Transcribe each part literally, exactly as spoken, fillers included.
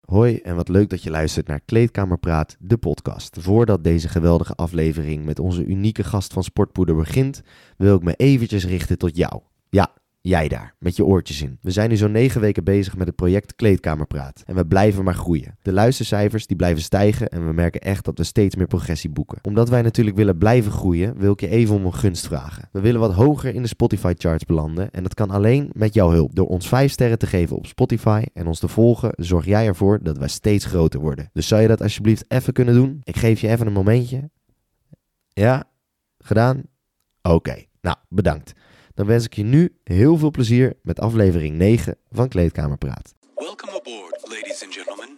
Hoi en wat leuk dat je luistert naar Kleedkamerpraat, de podcast. Voordat deze geweldige aflevering met onze unieke gast van Sportpoeder begint, wil ik me eventjes richten tot jou. Ja, jij daar, met je oortjes in. We zijn nu zo'n negen weken bezig met het project Kleedkamerpraat en we blijven maar groeien. De luistercijfers die blijven stijgen en we merken echt dat we steeds meer progressie boeken. Omdat wij natuurlijk willen blijven groeien, wil ik je even om een gunst vragen. We willen wat hoger in de Spotify charts belanden en dat kan alleen met jouw hulp. Door ons vijf sterren te geven op Spotify en ons te volgen, zorg jij ervoor dat wij steeds groter worden. Dus zou je dat alsjeblieft even kunnen doen? Ik geef je even een momentje. Ja? Gedaan? Oké, okay. Nou, bedankt. Dan wens ik je nu heel veel plezier met aflevering negen van Kleedkamerpraat. Welcome aboard, ladies and gentlemen.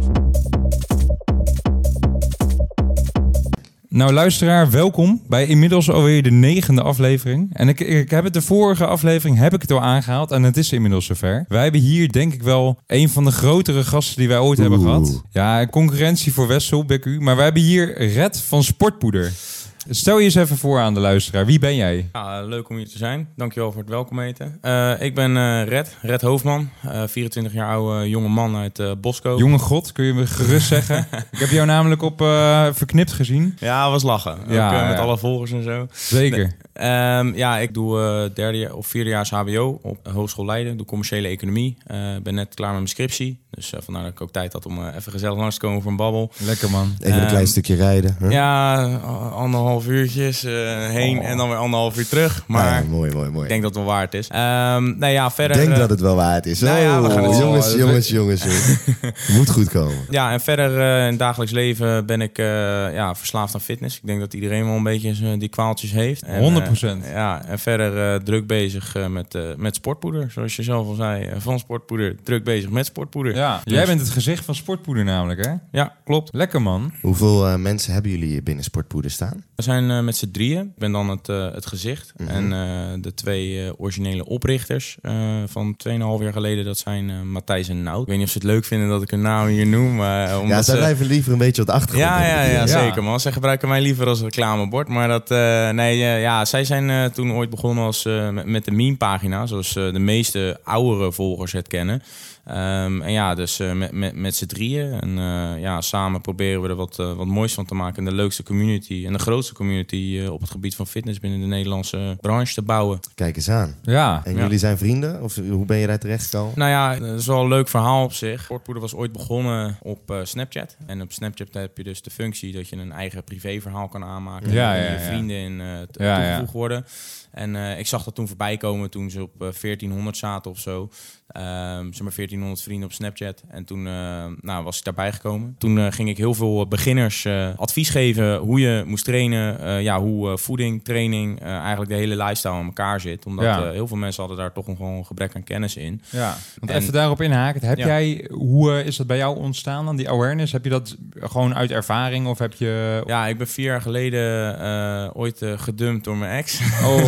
Nou luisteraar, welkom bij inmiddels alweer de negende aflevering. En ik, ik heb het de vorige aflevering heb ik het al aangehaald en het is inmiddels zover. Wij hebben hier denk ik wel een van de grotere gasten die wij ooit Oeh. hebben gehad. Ja, concurrentie voor Wessel, B Q. Maar wij hebben hier Red van Sportpoeder. Stel je eens even voor aan de luisteraar. Wie ben jij? Ja, leuk om hier te zijn. Dankjewel voor het welkom heten. Uh, ik ben uh, Red, Red Hoofdman. Uh, vierentwintig jaar oude jonge man uit uh, Boskoop. Jonge god, kun je me gerust zeggen. Ik heb jou namelijk op uh, Verknipt gezien. Ja, was lachen. Ja, Ook uh, ja. met alle volgers en zo. Zeker. Nee, um, ja, ik doe uh, derde of vierdejaars H B O op Hogeschool Leiden. Ik doe commerciële economie. Ik uh, ben net klaar met mijn scriptie. Dus uh, vandaar dat ik ook tijd had om uh, even gezellig langs te komen voor een babbel. Lekker man. Even um, een klein stukje rijden. Huh? Ja, anderhalf uurtjes uh, heen oh. en dan weer anderhalf uur terug. Maar ja, mooi, mooi, mooi. Ik denk dat het wel waard is. Um, nou ja, verder. Ik denk uh, dat het wel waard is. Nou ja, we gaan het oh, jongens, zien. jongens, jongens, jongens. Moet goed komen. Ja, en verder uh, in het dagelijks leven ben ik uh, ja, verslaafd aan fitness. Ik denk dat iedereen wel een beetje uh, die kwaaltjes heeft. En, honderd procent. Uh, ja, en verder uh, druk bezig uh, met, uh, met sportpoeder. Zoals je zelf al zei, uh, van sportpoeder, druk bezig met sportpoeder. Ja, dus. Jij bent het gezicht van Sportpoeder namelijk, hè? Ja, klopt. Lekker man. Hoeveel uh, mensen hebben jullie binnen Sportpoeder staan? We zijn uh, met z'n drieën. Ik ben dan het, uh, het gezicht. Mm-hmm. En uh, de twee uh, originele oprichters uh, van tweeënhalf jaar geleden, dat zijn uh, Matthijs en Nout. Ik weet niet of ze het leuk vinden dat ik hun naam hier noem. Maar, uh, ja, zij ze... blijven liever een beetje op de achtergrond. Ja, ja, ja, ja, zeker man. Zij gebruiken mij liever als reclamebord. Maar dat, uh, nee, uh, ja, zij zijn uh, toen ooit begonnen als, uh, met, met de meme-pagina, zoals uh, de meeste oudere volgers het kennen. Um, en ja, dus uh, met, met, met z'n drieën. En uh, ja, samen proberen we er wat, uh, wat moois van te maken. En de leukste community en de grootste community uh, op het gebied van fitness binnen de Nederlandse branche te bouwen. Kijk eens aan. Ja. En ja. jullie zijn vrienden? Of hoe ben je daar terecht gekomen? Nou ja, dat is wel een leuk verhaal op zich. Sportpoeder was ooit begonnen op uh, Snapchat. En op Snapchat heb je dus de functie dat je een eigen privéverhaal kan aanmaken. Ja, en ja, je ja. vrienden in uh, t- ja, toegevoegd ja. worden. En uh, ik zag dat toen voorbij komen toen ze op uh, veertienhonderd zaten of zo. Um, zeg maar veertienhonderd vrienden op Snapchat. En toen uh, nou, was ik daarbij gekomen. Toen uh, ging ik heel veel beginners uh, advies geven hoe je moest trainen. Uh, ja, hoe uh, voeding, training, uh, eigenlijk de hele lifestyle aan elkaar zit. Omdat Ja. uh, heel veel mensen hadden daar toch nog wel een gebrek aan kennis in. Ja, want En- even daarop inhaken. Heb Ja. jij, hoe uh, is dat bij jou ontstaan dan, die awareness? Heb je dat gewoon uit ervaring of heb je... Ja, ik ben vier jaar geleden uh, ooit uh, gedumpt door mijn ex. Oh,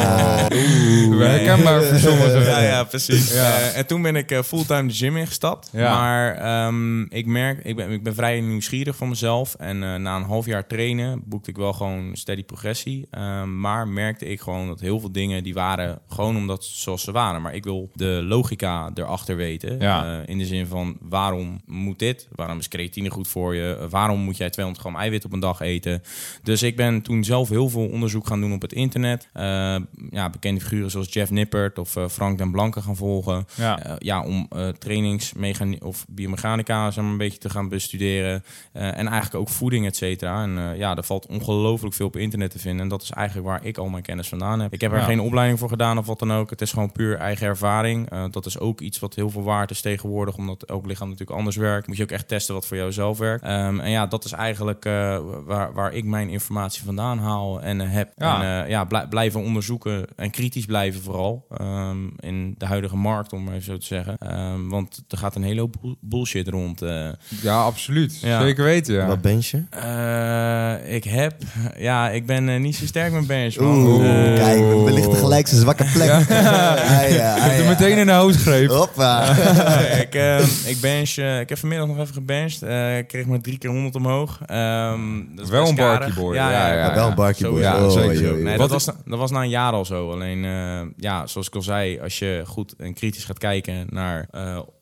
Oeh. herkenbaar voor sommigen. Ja, ja, precies. Ja. Uh, en toen ben ik uh, fulltime de gym ingestapt. Ja. Maar um, ik merk, ik ben, ik ben vrij nieuwsgierig van mezelf. En uh, na een half jaar trainen boekte ik wel gewoon steady progressie. Um, maar merkte ik gewoon dat heel veel dingen die waren gewoon omdat zoals ze waren. Maar ik wil de logica erachter weten. Ja. Uh, in de zin van waarom moet dit? Waarom is creatine goed voor je? Uh, waarom moet jij tweehonderd gram eiwit op een dag eten? Dus ik ben toen zelf heel veel onderzoek gaan doen op het internet. Uh, ja, bekende figuren zoals Jeff Nippert of uh, Frank den Blanke gaan volgen. Ja. Uh, ja, om uh, trainingsmechaniek of biomechanica zeg maar, een beetje te gaan bestuderen. Uh, en eigenlijk ook voeding, et cetera. En uh, ja, er valt ongelooflijk veel op internet te vinden. En dat is eigenlijk waar ik al mijn kennis vandaan heb. Ik heb er Ja. geen opleiding voor gedaan of wat dan ook. Het is gewoon puur eigen ervaring. Uh, dat is ook iets wat heel veel waard is tegenwoordig. Omdat elk lichaam natuurlijk anders werkt. Moet je ook echt testen wat voor jou zelf werkt. Um, en ja, dat is eigenlijk uh, waar, waar ik mijn informatie vandaan haal en uh, heb. Ja. En uh, ja, bl- blijven onderzoeken en kritisch blijven vooral. Um, in de huidige markt, om maar even zo te zeggen. Um, want er gaat een hele hoop bu- bullshit rond. Uh, Ja, absoluut. Ja. Zeker weten, ja. Wat ben je? uh, ik heb... Ja, ik ben uh, niet zo sterk met bench, man. Oeh, Uh, kijk, we lichten gelijk zijn zwakke plek. Ja. Ah, ja, Ik ah, heb er ja. meteen in de hout gegrepen. Hoppa. ik, uh, ik bench... Uh, ik heb vanmiddag nog even gebenched. Uh, ik kreeg maar drie keer honderd omhoog. Um, dat is Wel best een karig. barkie boy. Ja, ja, ja. Maar wel een barkie boy. Sowieso. Ja, Oh, zeker. joh, joh. Nee, Wat dat, is- was, dat was na een jaar al zo. Alleen, uh, ja, zoals ik al zei, als je goed en kritisch gaat kijken naar uh,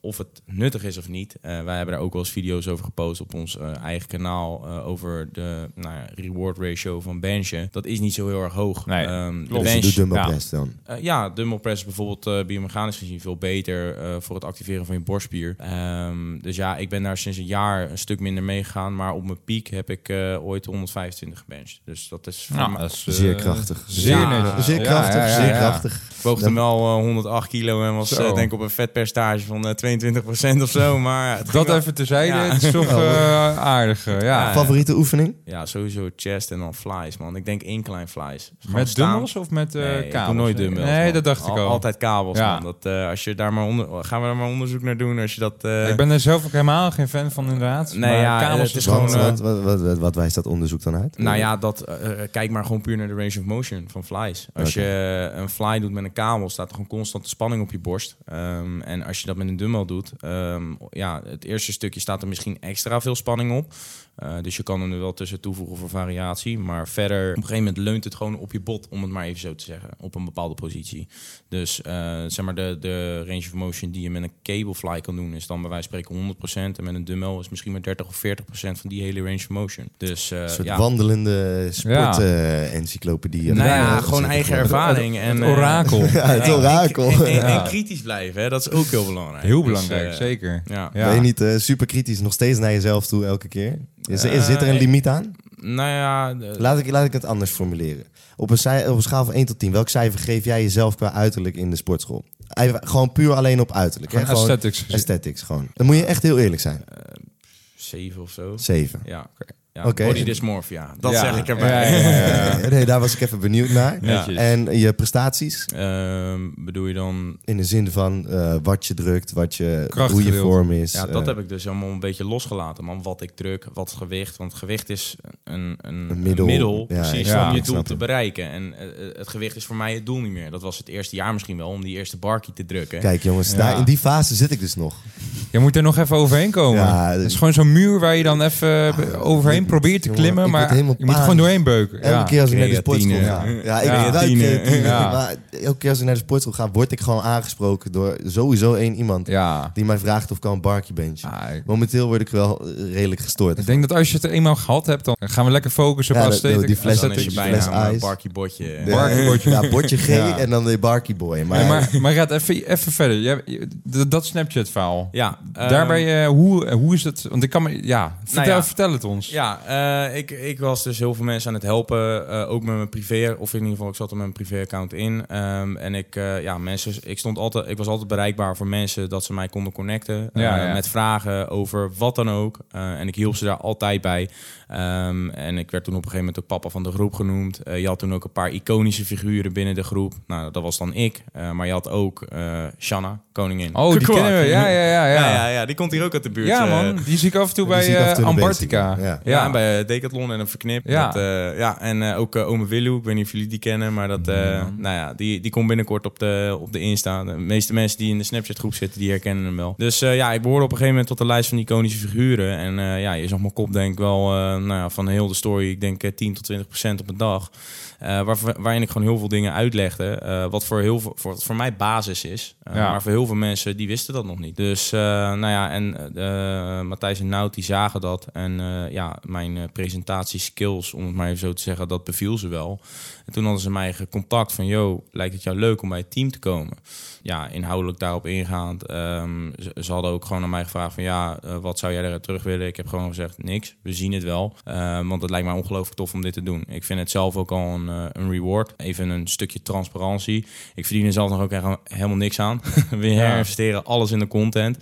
of het nuttig is of niet. Uh, wij hebben daar ook wel eens video's over gepost op ons uh, eigen kanaal uh, over de nou ja, reward ratio van benchen. Dat is niet zo heel erg hoog. Nee, um, de bench, de dumbbell ja. press dan? Uh, ja, dumbbell press is bijvoorbeeld uh, biomechanisch gezien veel beter uh, voor het activeren van je borstspier. Um, dus ja, ik ben daar sinds een jaar een stuk minder mee gegaan. Maar op mijn piek heb ik uh, ooit honderdvijfentwintig gebenched. Dus dat is, nou, mij... dat is uh, zeer krachtig. Zeer, ja, zeer krachtig, ja, ja, ja, zeer ja. krachtig. Ik woogde hem wel uh, honderddacht kilo en was uh, denk ik op een vetpercentage van uh, tweeëntwintig procent of zo. Maar het dat wel... even terzijde, ja. Het is toch uh, aardig. Uh, ja. Favoriete oefening? Ja, sowieso chest en dan flies, man. Ik denk incline flies. Gewoon met staan. Dumbbells of met uh, nee, kabels? Ik doe nooit dumbbells. Nee, man. dat dacht ik al. al. Altijd kabels, ja. man. Dat, uh, als je daar maar onder... Gaan we daar maar onderzoek naar doen als je dat... Uh... Ik ben er zelf ook helemaal geen fan van, inderdaad. Nee, maar ja, kabels het is is gewoon... Wat, wat, wat, wat, wat, wat wijst dat onderzoek dan uit? Nou ja, dat, uh, kijk maar gewoon puur naar de range of motion van flies. Als okay. je een fly doet met een kabel, staat er gewoon constante spanning op je borst. Um, en als je dat met een dumbbell doet, um, ja, het eerste stukje staat er misschien extra veel spanning op. Uh, dus je kan er wel tussen toevoegen voor variatie. Maar verder, op een gegeven moment leunt het gewoon op je bot, om het maar even zo te zeggen, op een bepaalde positie. Dus uh, zeg maar de, de range of motion die je met een cable fly kan doen, is dan bij wijze van spreken honderd procent. En met een dumbbell is misschien maar dertig of veertig procent van die hele range of motion. Dus, uh, een soort ja. wandelende sport-encyclopedie. Ja. Uh, nou ja, gewoon eigen ervaring. Het, het, het orakel. Uh, ja, het orakel. En, en, en, ja. en kritisch blijven, hè? Dat is ook heel belangrijk. Heel belangrijk, dus, uh, zeker. Ja. Ja. Ben je niet uh, super kritisch nog steeds naar jezelf toe elke keer? Is, uh, zit er een limiet aan? Nou ja... De... Laat, ik, laat ik het anders formuleren. Op een, cij- op een schaal van één tot tien, welk cijfer geef jij jezelf qua uiterlijk in de sportschool? Gewoon puur alleen op uiterlijk. Gewoon hè? Gewoon aesthetics. Aesthetics, gewoon. Dan moet je echt heel eerlijk zijn. Uh, zeven of zo. Zeven. Ja, oké. Ja, okay. Body dysmorphia, dat ja. zeg ik erbij. Ja, ja, ja, ja. Nee, daar was ik even benieuwd naar. Ja. En je prestaties? Uh, bedoel je dan... In de zin van uh, wat je drukt, wat je, hoe je vorm is. Ja, dat uh, heb ik dus allemaal een beetje losgelaten, man. Wat ik druk, wat het gewicht. Want gewicht is een, een, een middel, een middel ja, precies, ja, om je ik doel snap te het. bereiken. En uh, het gewicht is voor mij het doel niet meer. Dat was het eerste jaar misschien wel, om die eerste barkie te drukken. Kijk jongens, Ja. daar, in die fase zit ik dus nog. Je moet er nog even overheen komen. Ja, het is gewoon zo'n muur waar je dan even ah, overheen probeert te klimmen. Jongen, maar je moet er gewoon doorheen beuken. Elke Ja. keer als ik naar de Creatine. sportschool ga. Ja, ik Ja. gebruik Creatine. creatine. Ja. Maar elke keer als ik naar de sportschool ga, word ik gewoon aangesproken door sowieso één iemand. Ja. Die mij vraagt of ik kan een barkie benchen. Ah, ik- Momenteel word ik wel redelijk gestoord. Ik denk dat als je het er eenmaal gehad hebt, dan gaan we lekker focussen op Ja, aesthetic. die fles- Dan is je die bijna fles een ijs. barkie botje. De- Barkie-botje. Ja, bordje G Ja. en dan de barkie boy. Maar, Nee, maar, maar Raad, even, even verder. Jij, je- dat- dat Snapchat-verhaal. Ja. Daar um, ben je, hoe, hoe is het? Want ik kan me, ja, vertel, ja. vertel het ons. Ja, uh, ik, ik was dus heel veel mensen aan het helpen. Uh, ook met mijn privé, of in ieder geval, ik zat er met mijn privé-account in. Um, en ik, uh, ja, mensen, ik, stond altijd, ik was altijd bereikbaar voor mensen dat ze mij konden connecten. Uh, Ja, ja. Met vragen over wat dan ook. Uh, en ik hielp ze daar altijd bij. Um, en ik werd toen op een gegeven moment ook papa van de groep genoemd. Uh, je had toen ook een paar iconische figuren binnen de groep. Nou, dat was dan ik. Uh, maar je had ook uh, Shanna, koningin. Oh, die Kwak. kennen we. Ja, ja, ja. Ja, Ja, ja, ja, die komt hier ook uit de buurt. Ja, uh, man. Die zie ik af en toe Die bij zie ik af en uh, toe in de Antarctica. basic, ja. Ja, bij Decathlon en een verknip. Ja. Dat, uh, ja, en uh, ook uh, Ome Willu, ik weet niet of jullie die kennen, maar dat, uh, Ja. nou ja, die, die komt binnenkort op de, op de Insta. De meeste mensen die in de Snapchat groep zitten, die herkennen hem wel. Dus uh, ja, ik behoorde op een gegeven moment tot de lijst van iconische figuren. En uh, ja, je zag mijn kop denk ik wel, uh, nou ja, van heel de story, ik denk uh, tien tot twintig procent op een dag. Uh, waar, waarin ik gewoon heel veel dingen uitlegde. Uh, wat voor, heel veel, voor, wat voor mij basis is. Uh, Ja. Maar voor heel veel mensen, die wisten dat nog niet. Dus, uh, nou ja, en uh, Matthijs en Nout, die zagen dat. En uh, ja, mijn uh, presentatieskills, om het maar even zo te zeggen, dat beviel ze wel. En toen hadden ze mij gecontact van, yo, lijkt het jou leuk om bij het team te komen? Ja, inhoudelijk daarop ingaand. Um, ze, ze hadden ook gewoon aan mij gevraagd van, ja, uh, wat zou jij er terug willen? Ik heb gewoon gezegd, niks. We zien het wel. Uh, want het lijkt mij ongelooflijk tof om dit te doen. Ik vind het zelf ook al een, uh, een reward. Even een stukje transparantie. Ik verdien er zelf nog ook echt helemaal niks aan. We herinvesteren alles in de content.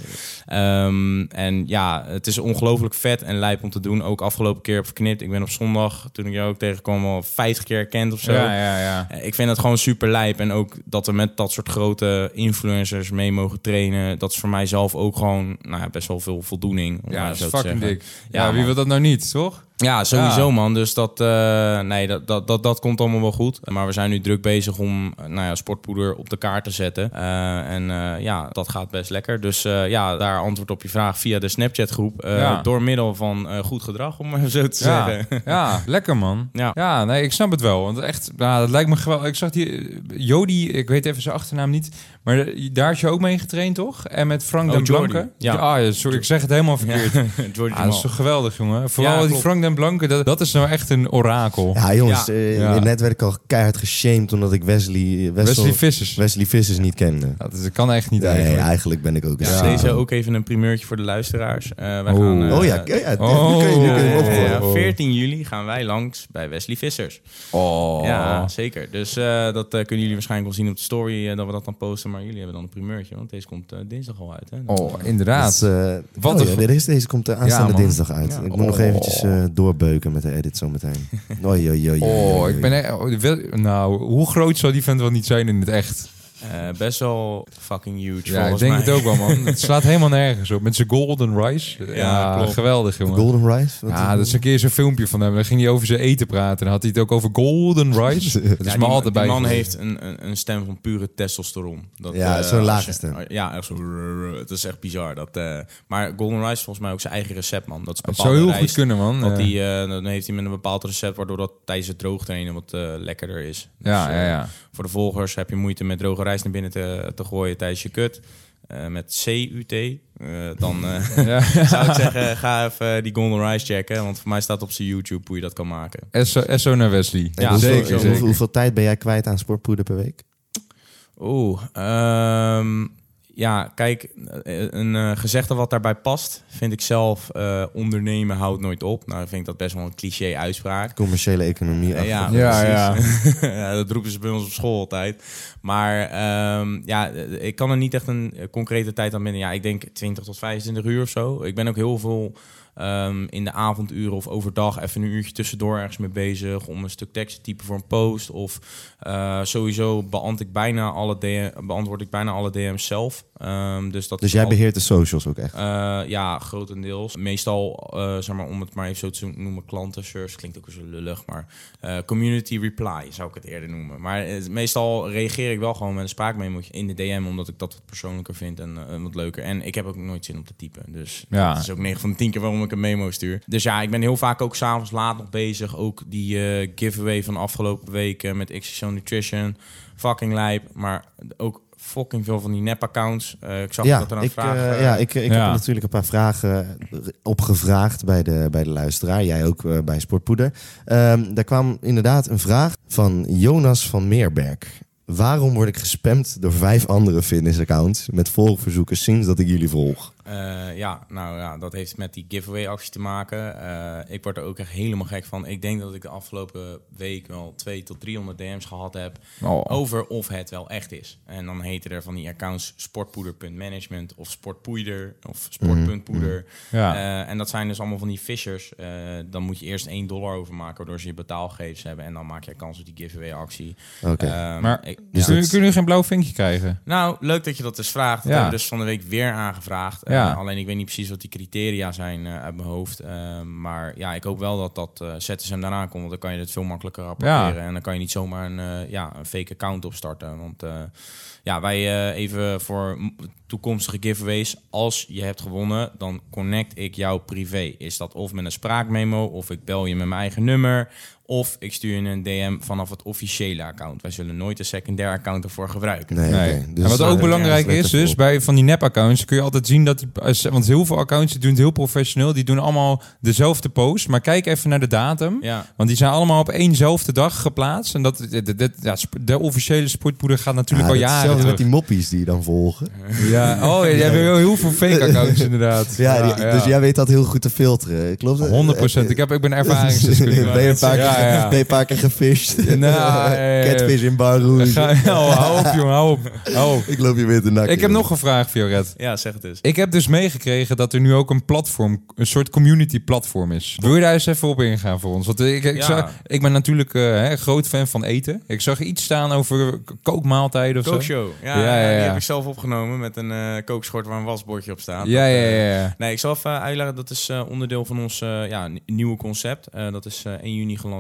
Um, en ja, het is ongelooflijk vet en lijp om te doen. Ook afgelopen keer op Verknipt. Ik ben op zondag, toen ik jou ook tegenkwam, al vijftig keer herkend of zo. Ja, ja, ja. Ik vind het gewoon super lijp. En ook dat we met dat soort grote influencers mee mogen trainen. Dat is voor mij zelf ook gewoon nou ja, best wel veel voldoening. om Ja, maar dat zo is te fucking zeggen. dik. Ja, Ja, wie man. wil dat nou niet, toch? Ja, sowieso Ja. man. Dus dat, uh, nee, dat, dat, dat, dat komt allemaal wel goed. Maar we zijn nu druk bezig om uh, nou ja, sportpoeder op de kaart te zetten. Uh, en uh, ja, dat gaat best lekker. Dus uh, ja, daar antwoord op je vraag via de Snapchat groep. Uh, Ja. Door middel van uh, goed gedrag, om maar zo te Ja, zeggen. ja, lekker man. Ja. Ja, nee, ik snap het wel. Want echt, ja, dat lijkt me geweldig. Ik zag die Jody, ik weet even zijn achternaam niet, Maar daar is je ook mee getraind, toch? En met Frank Oh, den Jordi. Blanke? Ja. Ah, ja, sorry, ik zeg het helemaal verkeerd. Ja, Jordi Ah, dat is toch geweldig, jongen. Vooral Ja, die klopt. Frank den Blanke, dat, dat is nou echt een orakel. Ja, jongens, Ja. eh, Ja. net werd ik al keihard geshamed omdat ik Wesley, Wessel, Wesley Vissers. Wesley Vissers niet kende. Ja, dat kan echt niet Nee, eigenlijk. eigenlijk ben ik ook... Ja, een Ja. Deze ook even een primeurtje voor de luisteraars. Uh, wij Oh. gaan, uh, Oh ja, ja, ja, Oh. nu kun je, nu kun je hem Oh. opgooien. Ja, veertien juli gaan wij langs bij Wesley Vissers. Oh. Ja, zeker. Dus uh, dat uh, kunnen jullie waarschijnlijk wel zien op de story uh, dat we dat dan posten. Maar jullie hebben dan een primeurtje, want deze komt uh, dinsdag al uit. Hè? Oh, inderdaad. Dat, uh, Wat oh, een- ja, deze, deze komt uh, aanstaande Ja, man. dinsdag uit. Ja. Ik moet nog Oh. eventjes uh, doorbeuken met de edit zometeen. Oei, oei, oei, oei, Oh, oei. ik ben echt... oh, wel- Nou, hoe groot zou die vent wel niet zijn in het echt? Uh, best wel fucking huge. Ja, ik volgens denk mij. het ook wel, man. Het slaat helemaal nergens op. Met zijn golden rice. Ja, Ja, klopt. geweldig, jongen. Golden Rice? Wat Ja, dat is een keer zo'n filmpje van hem. Dan ging hij over zijn eten praten. Dan had hij het ook over golden rice. Dat is Ja, me die, altijd die bij. man heeft een, een, een stem van pure testosteron. Dat, Ja, eh, zo'n als lage je- stem. Ja, echt zo. Het is echt bizar. Dat, uh, maar Golden Rice is volgens mij ook zijn eigen recept, man. Dat is Het bepaalde zou heel rijst. goed kunnen, man. Dat Eh, die, uh, dan heeft hij met een bepaald recept waardoor dat tijdens het droogtrainen wat uh, lekkerder is. ja, Dus, ja, uh, ja. Voor de volgers heb je moeite met droge rijst naar binnen te, te gooien tijdens je kut. Uh, met C U T. Uh, dan uh, ja. zou ik zeggen, ga even die Golden Rice checken. Want voor mij staat op zijn YouTube hoe je dat kan maken. Esso, Esso naar Wesley. En Ja, hoeveel, zeker, hoeveel, zeker. hoeveel tijd ben jij kwijt aan sportpoeder per week? Oeh, um, ja, kijk, een uh, gezegde wat daarbij past, vind ik zelf, uh, ondernemen houdt nooit op. Nou, vind ik dat best wel een cliché uitspraak. Commerciële economie. Uh, ja, Ja, precies. Ja, dat roepen ze bij ons op school altijd. Maar um, ja, ik kan er niet echt een concrete tijd aan binnen. Ja, ik denk twintig tot vijfentwintig uur of zo. Ik ben ook heel veel um, in de avonduren of overdag even een uurtje tussendoor ergens mee bezig om een stuk tekst te typen voor een post. Of uh, sowieso beantwoord ik bijna alle D M, beantwoord ik bijna alle D M's zelf. Um, dus dat Dus is jij al- beheert de socials ook echt? Uh, ja, grotendeels. Meestal, uh, zeg maar, om het maar even zo te noemen, klantenservice. Klinkt ook weer zo lullig, maar uh, community reply zou ik het eerder noemen. Maar uh, meestal reageer ik wel gewoon met een spraakmemootje in de D M, omdat ik dat wat persoonlijker vind en uh, wat leuker. En ik heb ook nooit zin om te typen. Dus Ja. dat is ook negen van de tien keer waarom ik een memo stuur. Dus ja, ik ben heel vaak ook s'avonds laat nog bezig. Ook die uh, giveaway van de afgelopen weken met X X L Nutrition. Fucking lijp, maar ook fucking veel van die nep-accounts. Uh, ik zag Ja, dat er een ik, vraag... uh, uh, ja, ik, ik Ja. heb natuurlijk een paar vragen opgevraagd bij de, bij de luisteraar. Jij ook uh, bij Sportpoeder. Um, daar kwam inderdaad een vraag van Jonas van Meerberg. Waarom word ik gespamd door vijf andere fitnessaccounts met volgverzoeken sinds dat ik jullie volg? Uh, ja, nou ja, dat heeft met die giveaway-actie te maken. Uh, ik word er ook echt helemaal gek van. Ik denk dat ik de afgelopen week wel twee tot driehonderd D M's gehad heb Oh. over of het wel echt is. En dan heten er van die accounts sportpoeder.management of sportpoeder of sport.poeder. Ja. Uh, en dat zijn dus allemaal van die fishers. Uh, dan moet je eerst één dollar overmaken waardoor ze je betaalgegevens hebben. En dan maak je kans op die giveaway-actie. Oké. Um, Maar ik- Dus ja. Kun, dat- kun je geen blauw vinkje krijgen? Nou, leuk dat je dat dus vraagt. Dat Ja. hebben we dus van de week weer aangevraagd. Ja. Uh, alleen ik weet niet precies wat die criteria zijn uh, uit mijn hoofd. Uh, maar ja, ik hoop wel dat dat uh, Z S M daarna komt. Want dan kan je het veel makkelijker rapporteren. Ja. En dan kan je niet zomaar een, uh, ja, een fake account opstarten. Want uh, ja, wij uh, even voor m- toekomstige giveaways. Als je hebt gewonnen, dan connect ik jou privé. Is dat of met een spraakmemo, of ik bel je met mijn eigen nummer, of ik stuur je een D M vanaf het officiële account. Wij zullen nooit een secundair account ervoor gebruiken. Nee, Nee. oké. Dus en wat uh, ook belangrijk let is, even dus op. bij van die nep-accounts kun je altijd zien dat die... Want heel veel accounts die doen het heel professioneel. Die doen allemaal dezelfde post. Maar kijk even naar de datum. Ja. Want die zijn allemaal op éénzelfde dag geplaatst. En dat, dit, dit, ja, sp- de officiële sportpoeder gaat natuurlijk Ja, al dat is jaren hetzelfde terug. met die moppies die je dan volgen. Ja, oh, ja, jij hebt wel heel veel fake-accounts inderdaad. Ja, die- dus jij weet dat heel goed te filteren. Klopt het? honderd procent. Ik, heb, ik ben ervaringsdeskundige. Ben je een paar keer, Ja, ja. ben je een paar keer gefisht? Nou, eh, Catfish in Bar Rouge. Ga, oh, hou op, jongen, hou op. Hou op. Ik loop je weer te nakken. Ik heb nog een vraag, Fioret. Ja, zeg het eens. Ik heb dus meegekregen dat er nu ook een platform, een soort community platform is. Wil je daar eens even op ingaan voor ons? Want ik, ik, Ja. zag, ik ben natuurlijk uh, hè, groot fan van eten. Ik zag iets staan over k- kookmaaltijden of zo. Kookshow. Ja, Ja, ja, ja. die heb ik zelf opgenomen met een uh, kookschort waar een wasbordje op staat. Ja, Dat, ja, uh, ja, ja. Nee, ik zal even uitleggen. Dat is uh, onderdeel van ons uh, ja, n- nieuwe concept. Uh, dat is uh, één juni gelanceerd.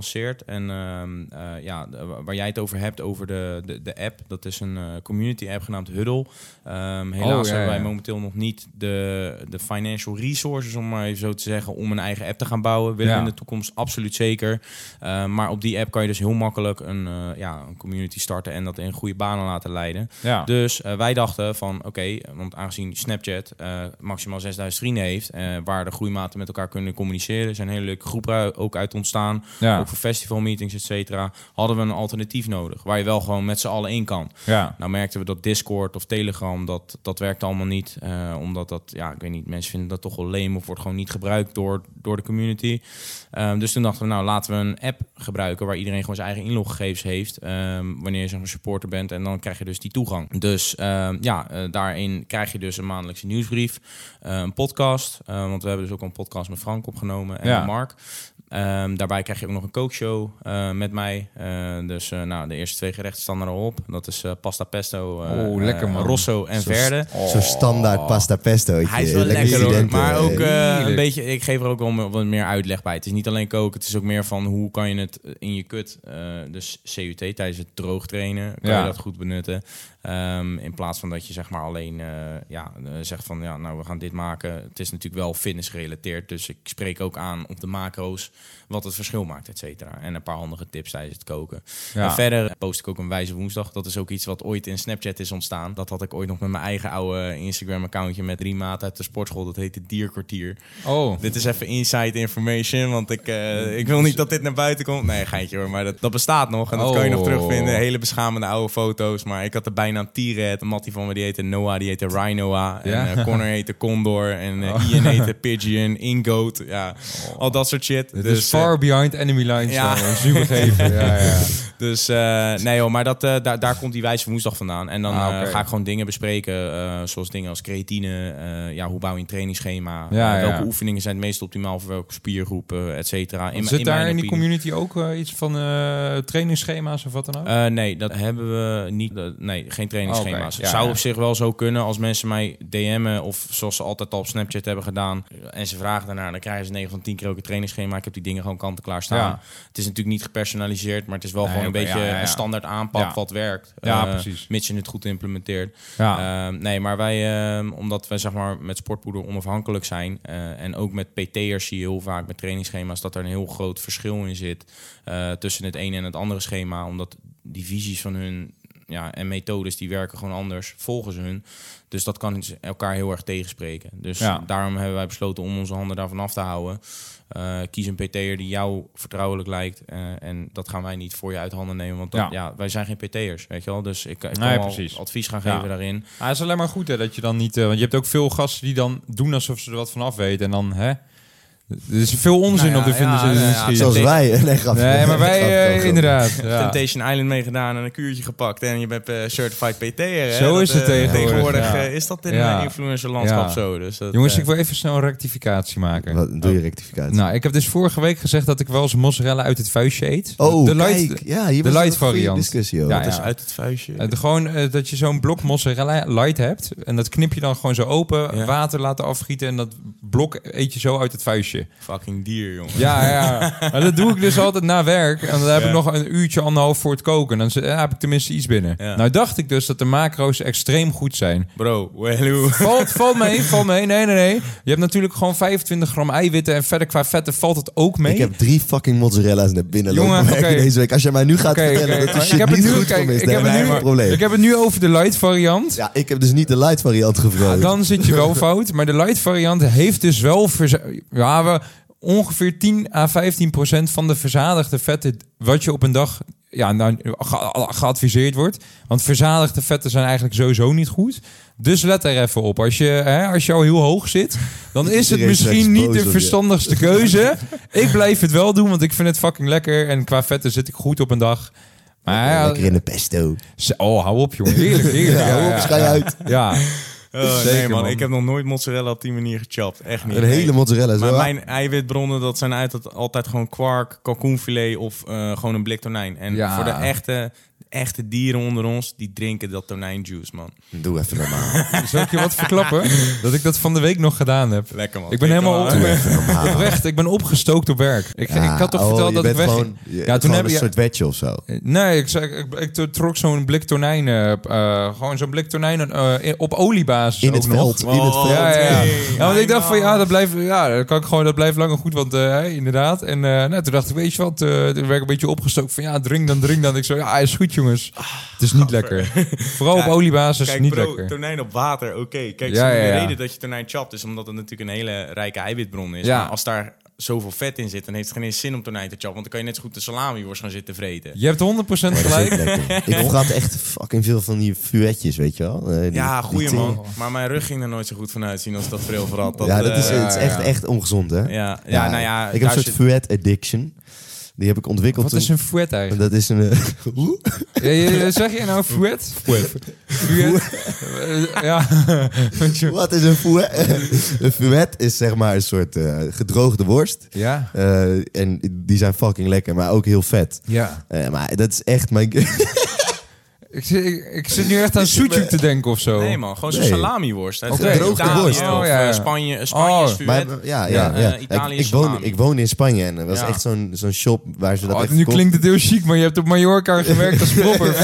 gelanceerd. En ehm, uh, ja, waar jij het over hebt, over de, de, de app. Dat is een uh, community app genaamd Huddle. Um, helaas oh, ja, hebben wij ja. momenteel nog niet de, de financial resources, om maar even zo te zeggen, om een eigen app te gaan bouwen. Willen ja. we in de toekomst absoluut zeker. Uh, maar op die app kan je dus heel makkelijk een, uh, ja, een community starten en dat in goede banen laten leiden. Ja. Dus uh, wij dachten van oké, okay, want aangezien Snapchat uh, maximaal zesduizend vrienden heeft, uh, waar de groeimaten met elkaar kunnen communiceren, er zijn hele leuke groepen ook uit ontstaan, ja. ook voor festivalmeetings, et cetera, hadden we een alternatief nodig, waar je wel gewoon met z'n allen in kan. Ja. Nou merkten we dat Discord of Telegram, dat, dat werkt allemaal niet, uh, omdat dat, ja, ik weet niet, mensen vinden dat toch wel lame of wordt gewoon niet gebruikt door, door de community. Um, dus toen dachten we, nou, laten we een app gebruiken waar iedereen gewoon zijn eigen inloggegevens heeft, um, wanneer je zo'n supporter bent, en dan krijg je dus die toegang. Dus um, ja, uh, daarin krijg je dus een maandelijkse nieuwsbrief, uh, een podcast, uh, want we hebben dus ook al een podcast met Frank opgenomen en ja. Mark. Um, daarbij krijg je ook nog een kookshow uh, met mij. Uh, dus uh, nou, de eerste twee gerechten staan er al op. Dat is uh, pasta pesto, uh, oh, lekker, man. Uh, rosso en zo, verde. Oh. Zo standaard pasta pesto. Hij is wel lekker, lekker hoor. Maar ook uh, een beetje, ik geef er ook wel wat meer uitleg bij. Het is niet alleen koken, het is ook meer van hoe kan je het in je kut, uh, dus C U T tijdens het droog trainen, kan ja. je dat goed benutten. Um, in plaats van dat je zeg maar alleen uh, ja, uh, zegt van ja, nou we gaan dit maken. Het is natuurlijk wel fitness gerelateerd, dus ik spreek ook aan op de macro's wat het verschil maakt, et cetera. En een paar handige tips tijdens het koken. Ja. En verder post ik ook een wijze woensdag. Dat is ook iets wat ooit in Snapchat is ontstaan. Dat had ik ooit nog met mijn eigen oude Instagram-accountje met drie maten uit de sportschool. Dat heette Dierkwartier. Oh. Dit is even inside information, want ik, uh, ik wil niet dat dit naar buiten komt. Nee, geintje hoor, maar dat, dat bestaat nog. En dat oh. kan je nog terugvinden. Hele beschamende oude foto's. Maar ik had er bijna een T-Red. Een mattie van me die heette Noah, die heette Rhinoa. Ja. En uh, Connor heette Condor. En uh, oh. Ian heette Pigeon, Ingoat. Ja, oh. al dat soort shit. Het dus, is far uh, behind enemy lines. Ja. Super geven. ja, ja. Dus uh, nee hoor, maar dat, uh, daar, daar komt die wijze woensdag vandaan. En dan ah, okay. uh, ga ik gewoon dingen bespreken. Uh, zoals dingen als creatine. Uh, ja, hoe bouw je een trainingsschema? Ja, uh, welke ja. oefeningen zijn het meest optimaal voor welke spiergroep, uh, et cetera. In, Zit in daar in die community ook uh, iets van uh, trainingsschema's of wat dan ook? Uh, nee, dat hebben we niet. Uh, nee, geen trainingsschema's. Oh, okay. ja, zou ja. op zich wel zo kunnen als mensen mij D M'en of zoals ze altijd al op Snapchat hebben gedaan en ze vragen daarnaar, dan krijgen ze negen van tien keer ook een trainingsschema. Ik heb die dingen gewoon kant-en-klaar staan. Ja. Het is natuurlijk niet gepersonaliseerd, maar het is wel nee, gewoon een beetje ja, ja, ja. een standaard aanpak ja. wat werkt. Ja, uh, precies. Mits je het goed implementeert. Ja. Uh, nee, maar wij, uh, omdat wij zeg maar met Sportpoeder onafhankelijk zijn uh, en ook met P T'ers zie je heel vaak met trainingsschema's dat er een heel groot verschil in zit uh, tussen het ene en het andere schema, omdat die visies van hun ja, en methodes die werken gewoon anders volgens hun. Dus dat kan elkaar heel erg tegenspreken. Dus ja. daarom hebben wij besloten om onze handen daarvan af te houden. Uh, kies een P T'er die jou vertrouwelijk lijkt. Uh, en dat gaan wij niet voor je uit handen nemen. Want dat, ja. Ja, wij zijn geen P T'ers, weet je wel. Dus ik, ik kan nee, wel advies gaan geven ja. daarin. Ah, het is alleen maar goed hè, dat je dan niet... Uh, want je hebt ook veel gasten die dan doen alsof ze er wat van af weten. En dan... hè. Er is veel onzin nou ja, op de vinden ja, ze. Ja, ja, zoals wij. Nee, grap, nee, maar wij uh, inderdaad. Ja. Temptation Island meegedaan en een kuurtje gepakt en je bent uh, certified P T'er. Zo dat, is het uh, tegenwoordig. Tegenwoordig ja. uh, is dat in ja. een influencerlandschap ja. zo. Dus dat, Jongens, uh, ik wil even snel een rectificatie maken. Wat doe je rectificatie? Nou, ik heb dus vorige week gezegd dat ik wel eens mozzarella uit het vuistje eet. Oh, de kijk. light, Ja, hier de was light variant. Discussie ja, over. ja, is uit het vuistje. Uh, de, gewoon uh, dat je zo'n blok mozzarella light hebt en dat knip je dan gewoon zo open, ja. water laten afgieten en dat blok eet je zo uit het vuistje. Fucking dier, jongen. Ja, ja. Maar dat doe ik dus altijd na werk. En dan heb ja. ik nog een uurtje, anderhalf voor het koken. Dan heb ik tenminste iets binnen. Ja. Nou dacht ik dus dat de macro's extreem goed zijn. Bro, well, valt, valt mee, valt mee. Nee, nee, nee. Je hebt natuurlijk gewoon vijfentwintig gram eiwitten. En verder qua vetten valt het ook mee. Ik heb drie fucking mozzarella's naar binnen Jongen, lopen okay. deze week. Als je mij nu gaat okay, vertellen okay. dat die shit ik heb niet het nu, goed kijk, voor me is, ik, heb het nu, probleem. ik heb het nu over de light variant. Ja, ik heb dus niet de light variant gevraagd. Ja, dan zit je wel fout. Maar de light variant heeft dus wel... Verza- ja, we... ongeveer tien à vijftien procent van de verzadigde vetten wat je op een dag ja, nou, ge- geadviseerd wordt. Want verzadigde vetten zijn eigenlijk sowieso niet goed. Dus let er even op. Als je, hè, als je al heel hoog zit, dan is het misschien niet de verstandigste keuze. Ik blijf het wel doen, want ik vind het fucking lekker. En qua vetten zit ik goed op een dag. Maar, lekker in de pesto. Oh, hou op, jongen. Heerlijk, heerlijk. Ja, hou op, schij uit. Ja. Oh, Zeker, nee man. man. ik heb nog nooit mozzarella op die manier gechapt. Echt niet. Een nee. hele mozzarella. Zo. Maar mijn eiwitbronnen, dat zijn uit, altijd gewoon kwark, kalkoenfilet of uh, gewoon een blik tonijn. En Ja. voor de echte, echte dieren onder ons, die drinken dat tonijnjuice, man. Doe even normaal. Zal ik je wat verklappen? Dat ik dat van de week nog gedaan heb. Lekker man. Ik ben helemaal op, Lekker, man. Even normaal. oprecht, ik ben opgestookt op werk. Ik, Ja, ik had toch oh, verteld je dat ik bent weg. gewoon, je- Ja, gewoon toen heb een je. soort wetje of zo. Nee, ik, zei- ik, ik, ik trok zo'n blik tonijn, uh, uh, gewoon zo'n blik tonijn uh, in- op oliebasis. In ook het nog. veld. In het Oh, veld. Ja, ja, ja. nee. ja, want ik dacht van ja, man. dat blijft, ja, dat kan ik gewoon, dat blijft langer goed, want uh, hey, inderdaad. En uh, nou, toen dacht ik, weet je wat, uh, toen werd ik een beetje opgestookt van ja, drink dan, drink dan. Ik zo, ja, is goed jongens. Het is niet lekker. Vooral op Ja, oliebasis Kijk, niet bro, lekker. tonijn op water, oké. Kijk, Ja, zo ja, de ja. reden dat je tonijn chapt is omdat het natuurlijk een hele rijke eiwitbron is. Ja. Maar als daar zoveel vet in zit, dan heeft het geen eens zin om tonijn te chappen. Want dan kan je net zo goed de salami-worst gaan zitten vreten. Je hebt honderd procent Dat is gelijk. ook lekker. Ik vergat echt fucking veel van die fuetjes, weet je wel. Eh, die- Ja, die goeie ting. man. Maar mijn rug ging er nooit zo goed van uitzien als dat veel verrad. Dat, Ja, dat is, eh, het is echt, ja. echt ongezond, hè? Ja, ja, nou ja. Ik heb daar een soort zit- fuet addiction. Die heb ik ontwikkeld. Wat is toen- een fouet eigenlijk? Dat is een... eh, Hoe? Ja, je- zeg je nou fouet? Fouet. Fouet. Eh, Ja. Weet je- Wat is een fouet? Een fouet is zeg maar een soort eh, gedroogde worst. Ja. Eh, en die zijn fucking lekker, maar ook heel vet. Ja. Eh, maar dat is echt mijn... Ik, zit- ik, ik zit nu echt aan sujuk te denken of zo. Nee man, gewoon zo'n Nee. salami-worst. Uit Oké. eh, Gedroogde Italië worst. of Oh, ja, ja. eh, Spanje. Spanje is Oh, fuet. Maar, ja, ja, Ja, ja. eh, Italië ik, is ik, woon, salami. ik woon in Spanje en dat was Ja. echt zo'n zo'n shop waar ze dat Oh, echt nu verkocht. klinkt het heel chic, maar je hebt op Mallorca gewerkt als propper.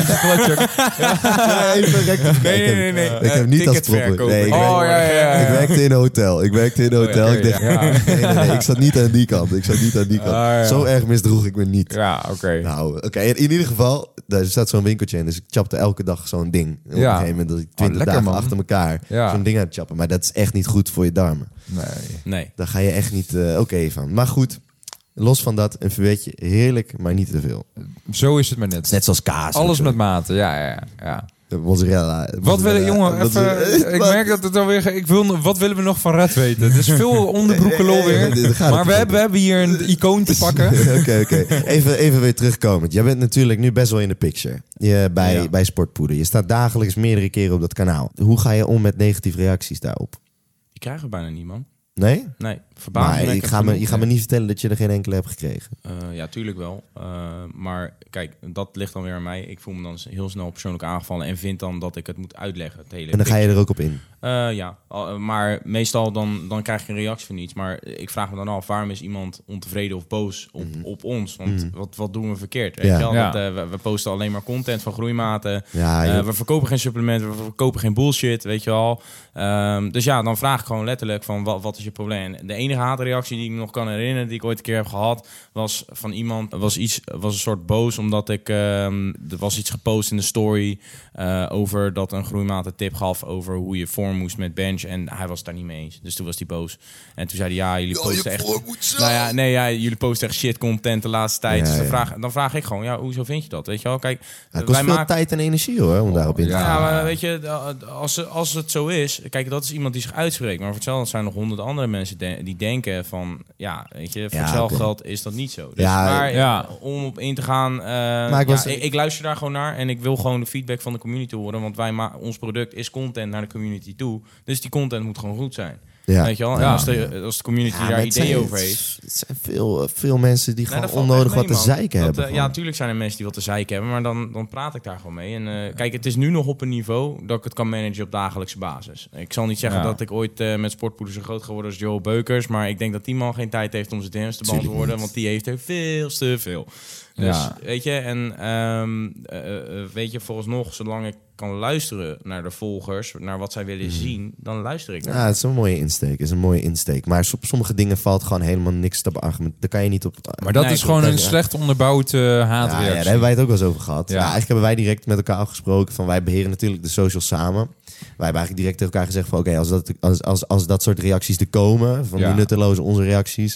Ja, even rectificeren. Nee, nee, nee, nee. Ik heb Eh, niet als ticketverkoper. propper. Nee, ik, Oh, werk- ja, ja, ja. ik werkte in een hotel. Ik werkte in een hotel. oké, ik, dacht, ja. nee, nee, nee, ik zat niet aan die kant. Ik zat niet aan die kant. Ah, ja. Zo erg misdroeg ik me niet. Ja, oké. Nou, oké. In, in ieder geval, daar staat zo'n winkeltje in. Dus ik chapte elke dag zo'n ding. Op Ja. een gegeven moment dat ik twintig lekker, dagen man. achter elkaar Ja. zo'n ding aan het chappen. Maar dat is echt niet goed voor je darmen. Nee. Nee. Daar ga je echt niet eh, oké van. Maar goed, los van dat, een verwetje. Heerlijk, maar niet te veel. Zo is het maar Het is net. net zoals kaas. Alles natuurlijk. met mate, ja, ja, ja. Mozzarella. Wat willen, jongen, mozzarella- even, ik Wat? merk dat het alweer, ik wil, nog- wat willen we nog van Red weten? Het is veel onderbroekenlol weer, Daar gaat het maar we niet hebben, we hebben hier een icoon te pakken. Oké, oké. Even, even weer terugkomend. Jij bent natuurlijk nu best wel in de picture je, bij, Ja. bij Sportpoeder. Je staat dagelijks meerdere keren op dat kanaal. Hoe ga je om met negatieve reacties daarop? Die krijgen we bijna niet, man. Nee? Nee, Maar verbazingwekkend ik ga me, genoeg, je gaat me nee. niet vertellen dat je er geen enkele hebt gekregen. Uh, ja, tuurlijk wel. Uh, maar kijk, dat ligt dan weer aan mij. Ik voel me dan heel snel persoonlijk aangevallen en vind dan dat ik het moet uitleggen. Het hele En dan ga je er ook op in. Uh, ja, uh, maar meestal dan, dan krijg je een reactie van iets. Maar ik vraag me dan af, waarom is iemand ontevreden of boos op, Mhm. op ons? Want Mhm. wat, wat doen we verkeerd? Weet Ja. je wel? Ja. Dat, uh, we, we posten alleen maar content van groeimaten. Ja, Uh, joh. we verkopen geen supplementen, we verkopen geen bullshit, weet je wel. Um, dus ja, dan vraag ik gewoon letterlijk van, wat, wat is je probleem? De enige haatreactie die ik me nog kan herinneren, die ik ooit een keer heb gehad, was van iemand, was iets, was een soort boos, omdat ik, um, er was iets gepost in de story uh, over dat een groeimaat een tip gaf over hoe je vorm moest met bench en hij was het daar niet mee eens. Dus toen was hij boos. En toen zei hij, ja, jullie posten echt... Nou ja, nee, ja, jullie posten echt shit content de laatste tijd. Ja, dus dan, ja. vraag, dan vraag ik gewoon, ja, hoezo vind je dat? Weet je wel, kijk, Ja, het kost wij veel maken... tijd en energie hoor, om daarop in te Ja. gaan. Ja, maar weet je, als, als het zo is... Kijk, dat is iemand die zich uitspreekt. Maar voor hetzelfde zijn er nog honderd andere mensen de- die denken van... Ja, weet je, voor Ja, hetzelfde oké. geld is dat niet zo. Dus, Ja, maar ja. om op in te gaan... Uh, Maar ik ja, was- ik, ik luister daar gewoon naar. En ik wil gewoon de feedback van de community horen. Want wij ma- ons product is content naar de community toe. Dus die content moet gewoon goed zijn. Ja. Weet je wel? En Ja. als, de, als de community Ja, maar daar het ideeën zijn- over heeft... Het zijn veel, veel mensen die Nee, gewoon dat valt onnodig echt wat mee, te man. zeiken Dat, hebben. eh, gewoon. ja, natuurlijk zijn er mensen die wat te zeiken hebben, maar dan, dan praat ik daar gewoon mee. En eh, kijk, het is nu nog op een niveau dat ik het kan managen op dagelijkse basis. Ik zal niet zeggen Ja. dat ik ooit uh, met sportpoeder zo groot geworden als Joel Beukers, maar ik denk dat die man geen tijd heeft om zijn D M's te Tuurlijk beantwoorden, niet. want die heeft er veel te veel. Dus, Ja. weet je, en um, uh, uh, weet je, vooralsnog, zolang ik kan luisteren naar de volgers, naar wat zij willen zien, dan luister ik naar. Ja, het is een mooie insteek. Het is een mooie insteek. Maar op sommige dingen valt gewoon helemaal niks te beargumenten. Daar kan je niet op... Maar dat Nee, is gewoon klopt. een slecht onderbouwd uh, Ja, ja, haatreactie. daar hebben wij het ook wel eens over gehad. Ja. Ja. eigenlijk hebben wij direct met elkaar afgesproken van wij beheren natuurlijk de socials samen. Wij hebben eigenlijk direct tegen elkaar gezegd van oké, als, dat, als, als, als dat soort reacties er komen, van Ja. die nutteloze onze reacties,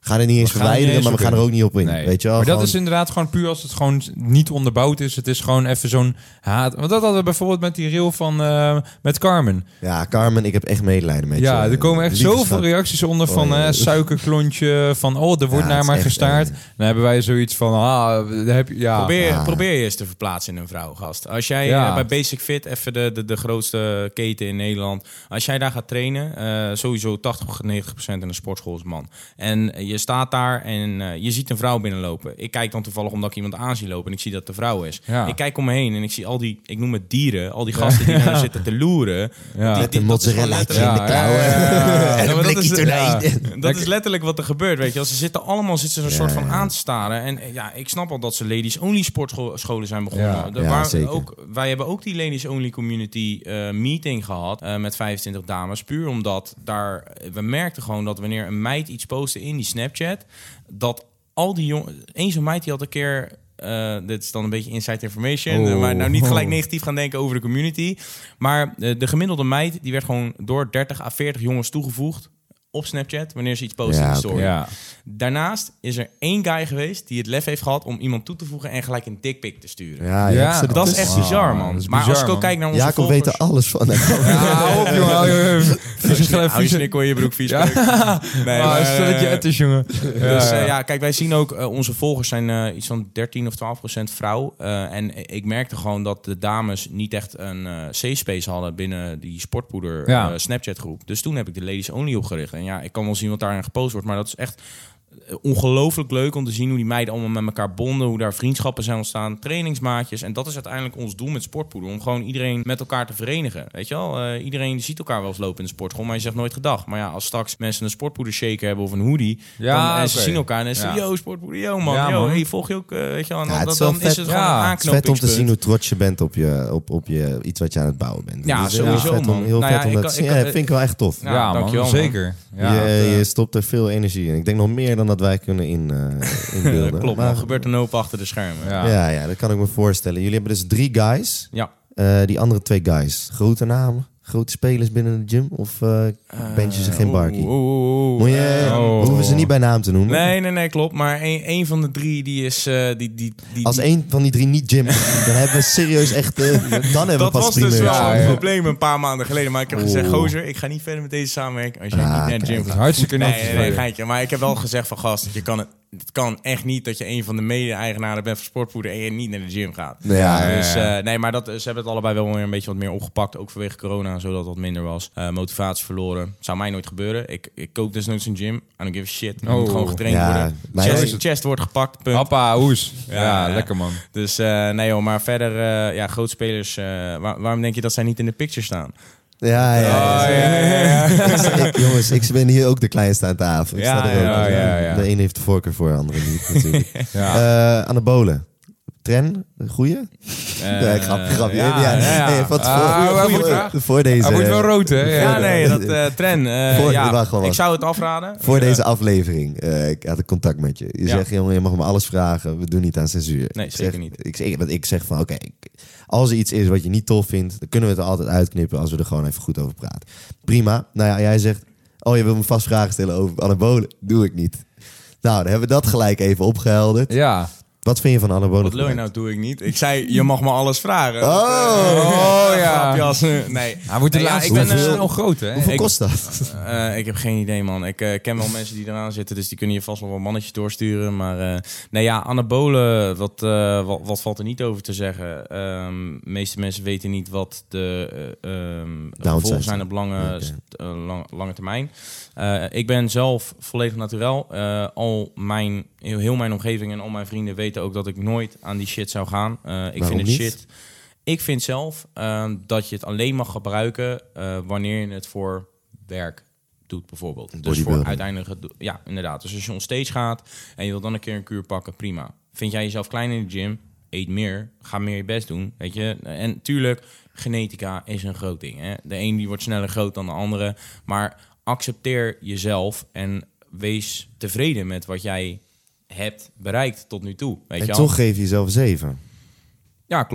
gaan het niet eens We gaan er niet verwijderen, eens maar we op gaan in. er ook niet op in. Nee. Weet je wel? Maar dat Gewoon- is inderdaad gewoon puur als het gewoon niet onderbouwd is. Het is gewoon even zo'n haat. Want dat hadden we bijvoorbeeld met die reel van uh, met Carmen. Ja, Carmen, ik heb echt medelijden met je. Ja, er komen echt Lieve zoveel schat. reacties onder van Oh, ja. uh, suikerklontje, van oh, er wordt Ja, naar het is mij echt gestaard. eng. Dan hebben wij zoiets van, ah, daar heb je, ja. Probeer, Ja. probeer je eens te verplaatsen in een vrouw, gast. Als jij Ja. eh, bij Basic Fit, even de, de, de grootste keten in Nederland... Als jij daar gaat trainen, eh, sowieso tachtig tot negentig procent in de sportschool is man. En je staat daar en uh, je ziet een vrouw binnenlopen. Ik kijk dan toevallig omdat ik iemand aan zie lopen en ik zie dat het de vrouw is. Ja. Ik kijk om me heen en ik zie al die, ik noem het dieren, al die gasten die daar zitten te loeren. Ja. Met een dat is gewoon mozzarellaatje letterlijk- in de klauwen. Ja, ja, ja. En Ja, een maar dat blikje is- tonijn. Dat is letterlijk wat er gebeurt, weet je. Als ze zitten allemaal zitten ze een Ja, soort van ja. aan te staren. En eh, ja, ik snap al dat ze ladies only sportscholen zijn begonnen. Ja. De- Ja, waar zeker. ook, wij hebben ook die ladies only community eh, meeting gehad uh, met vijfentwintig dames. Puur omdat daar we merkten gewoon dat wanneer een meid iets postte in die Snapchat, dat al die jongen, één zo'n meid die had een keer. Uh, dit is dan een beetje inside information. Oh. Uh, maar nou niet gelijk negatief gaan denken over de community. Maar uh, de gemiddelde meid die werd gewoon door dertig à veertig jongens toegevoegd op Snapchat wanneer ze iets posten Ja, in de oké. story. Ja. Daarnaast is er één guy geweest die het lef heeft gehad om iemand toe te voegen en gelijk een dickpic te sturen. Ja, Ja, ja, Dat is echt Wow, bizar, man. dat is maar bizar, als ik ook man. kijk naar onze Jacob volgers... weet er alles van. Ja, op, jongen. Hou je- vieze gelijk, Hou je vieze- snikkel in je broek, vies Ja. peuk. Nee, Ah, maar, stel dat je eh, het is, jongen. Dus uh, ja, kijk, wij zien ook, uh, onze volgers zijn uh, iets van dertien of twaalf procent vrouw. Uh, en ik merkte gewoon dat de dames niet echt een uh, safe space hadden binnen die sportpoeder Ja. uh, Snapchat groep. Dus toen heb ik de ladies only opgericht. En ja, ik kan wel zien wat daarin gepost wordt, maar dat is echt ongelooflijk leuk om te zien hoe die meiden allemaal met elkaar bonden, hoe daar vriendschappen zijn ontstaan, trainingsmaatjes. En dat is uiteindelijk ons doel met sportpoeder, om gewoon iedereen met elkaar te verenigen. Weet je wel, uh, iedereen ziet elkaar wel eens lopen in de sportschool, maar je zegt nooit gedag. Maar ja, als straks mensen een sportpoeder shaker hebben of een hoodie, Ja, dan, en ze oké. zien elkaar en dan zeggen Ja. ze, yo, sportpoeder, yo man, Ja, yo, man. hey, volg je ook, uh, weet je wel. En Ja, dan, het is dan wel is vet. het gewoon Ja, een Het is vet om te aanknopingspunt. zien hoe trots je bent op, je, op, op je, iets wat je aan het bouwen bent. Ja, Dat is heel sowieso, vet om, man. heel Nou vet ja, om ik dat te kan- zien. ik Ja, kan- vind ik wel echt tof. Ja, Ja, man, dankjewel, man. zeker. Ja, je, dat, eh, je stopt er veel energie in. Ik denk nog meer dan dat wij kunnen in, uh, inbeelden. Dat klopt, maar, man. Gebeurt een hoop achter de schermen. ja. Ja. ja, dat kan ik me voorstellen. Jullie hebben dus drie guys. Ja. Uh, die andere twee guys, grote namen, grote spelers binnen de gym? Of uh, bent je ze geen barkie? Oeh, oeh, oeh. Moet je, Oh. we hoeven ze niet bij naam te noemen. Nee, nee, nee, klopt. Maar één, één van de drie die is... uh, die, die, die, Als die- één van die drie niet gym, dan hebben we serieus echt... Uh, dan hebben we dat pas was dus primeur. wel Ja, een ja. probleem een paar maanden geleden. Maar ik heb gezegd, Oeh. gozer, ik ga niet verder met deze samenwerking als jij Ah, niet naar de kijk, gym dat is gaat. hartstikke Nee, netjes nee, van nee, je. geintje. Maar ik heb wel gezegd van, gast, je kan het, het kan echt niet dat je een van de mede-eigenaren bent van sportpoeder en je niet naar de gym gaat. Ja, ja, ja. Dus uh, nee, maar dat, ze hebben het allebei wel weer een beetje wat meer opgepakt. Ook vanwege corona, zodat het wat minder was. Uh, motivatie verloren. Zou mij nooit gebeuren. Ik, ik kook dus nooit een gym. I don't give a shit. Er Oh. moet gewoon getraind Ja, worden. maar Chest, ja, chest wordt gepakt, punt. Hoppa, hoes. Ja, Ja, ja. lekker man. Dus uh, nee joh, maar verder, uh, ja, grootspelers. Uh, waar, waarom denk je dat zij niet in de picture staan? Ja, ja. ja. Oh, ja, ja, ja. Ik, jongens, ik ben hier ook de kleinste aan tafel. Ik Ja, sta er ook. ja, ja, ja. De een heeft de voorkeur voor, de andere niet natuurlijk. Ja. Uh, anabolen. Tren, een goeie? Uh, nee, grapje, grapje. Ja, Ja, ja, ja. Nee, van Ah, tevoren- hij voor, moet- voor, voor deze... Hij wordt wel rood, hè? Ja, Ja. nee, dat uh, Tren. Uh, Voor- ja, wacht, wacht, ik wacht. zou het afraden. Voor Uh, deze aflevering, uh, ik had een contact met je. Je Ja. zegt, jongen, je mag me alles vragen. We doen niet aan censuur. Nee, Ik zeker zeg, niet. Ik zeg, want ik zeg van, oké, ik- als er iets is wat je niet tof vindt, dan kunnen we het er altijd uitknippen als we er gewoon even goed over praten. Prima. Nou ja, jij zegt, oh, je wil me vast vragen stellen over anabolen. Doe ik niet. Nou, dan hebben we dat gelijk even opgehelderd. Ja. Wat vind je van anabolen? Wat lul je nou, doe ik niet. Ik zei, je mag me alles vragen. Oh, Oh, ja. Grapje als, uh, nee. Hij wordt de Nee, ja, laatste ik ben, ben, uh, snel groot, hè? hoeveel ik- kost dat? Uh, ik heb geen idee, man. Ik uh, ken wel mensen die eraan zitten, dus die kunnen je vast wel wat mannetjes doorsturen. Maar uh, nee, ja, anabolen, wat, uh, wat, wat valt er niet over te zeggen? Um, de meeste mensen weten niet wat de uh, um, gevolgen zijn op lange, Okay. st- uh, lang, lange termijn. Uh, ik ben zelf volledig naturel. Uh, al mijn, heel, heel mijn omgeving en al mijn vrienden weten ook dat ik nooit aan die shit zou gaan. Uh, ik Waarom vind het niet? shit. Ik vind zelf uh, dat je het alleen mag gebruiken uh, wanneer je het voor werk doet, bijvoorbeeld. Dus voor Bodybuilding. uiteindelijk, het do- ja, inderdaad. Dus als je on stage gaat en je wil dan een keer een kuur pakken, prima. Vind jij jezelf klein in de gym, eet meer, ga meer je best doen, weet je. En tuurlijk, genetica is een groot ding. Hè? De een die wordt sneller groot dan de andere, maar accepteer jezelf en wees tevreden met wat jij hebt bereikt tot nu toe. Weet En je toch al? geef je jezelf zeven. Ja, klopt.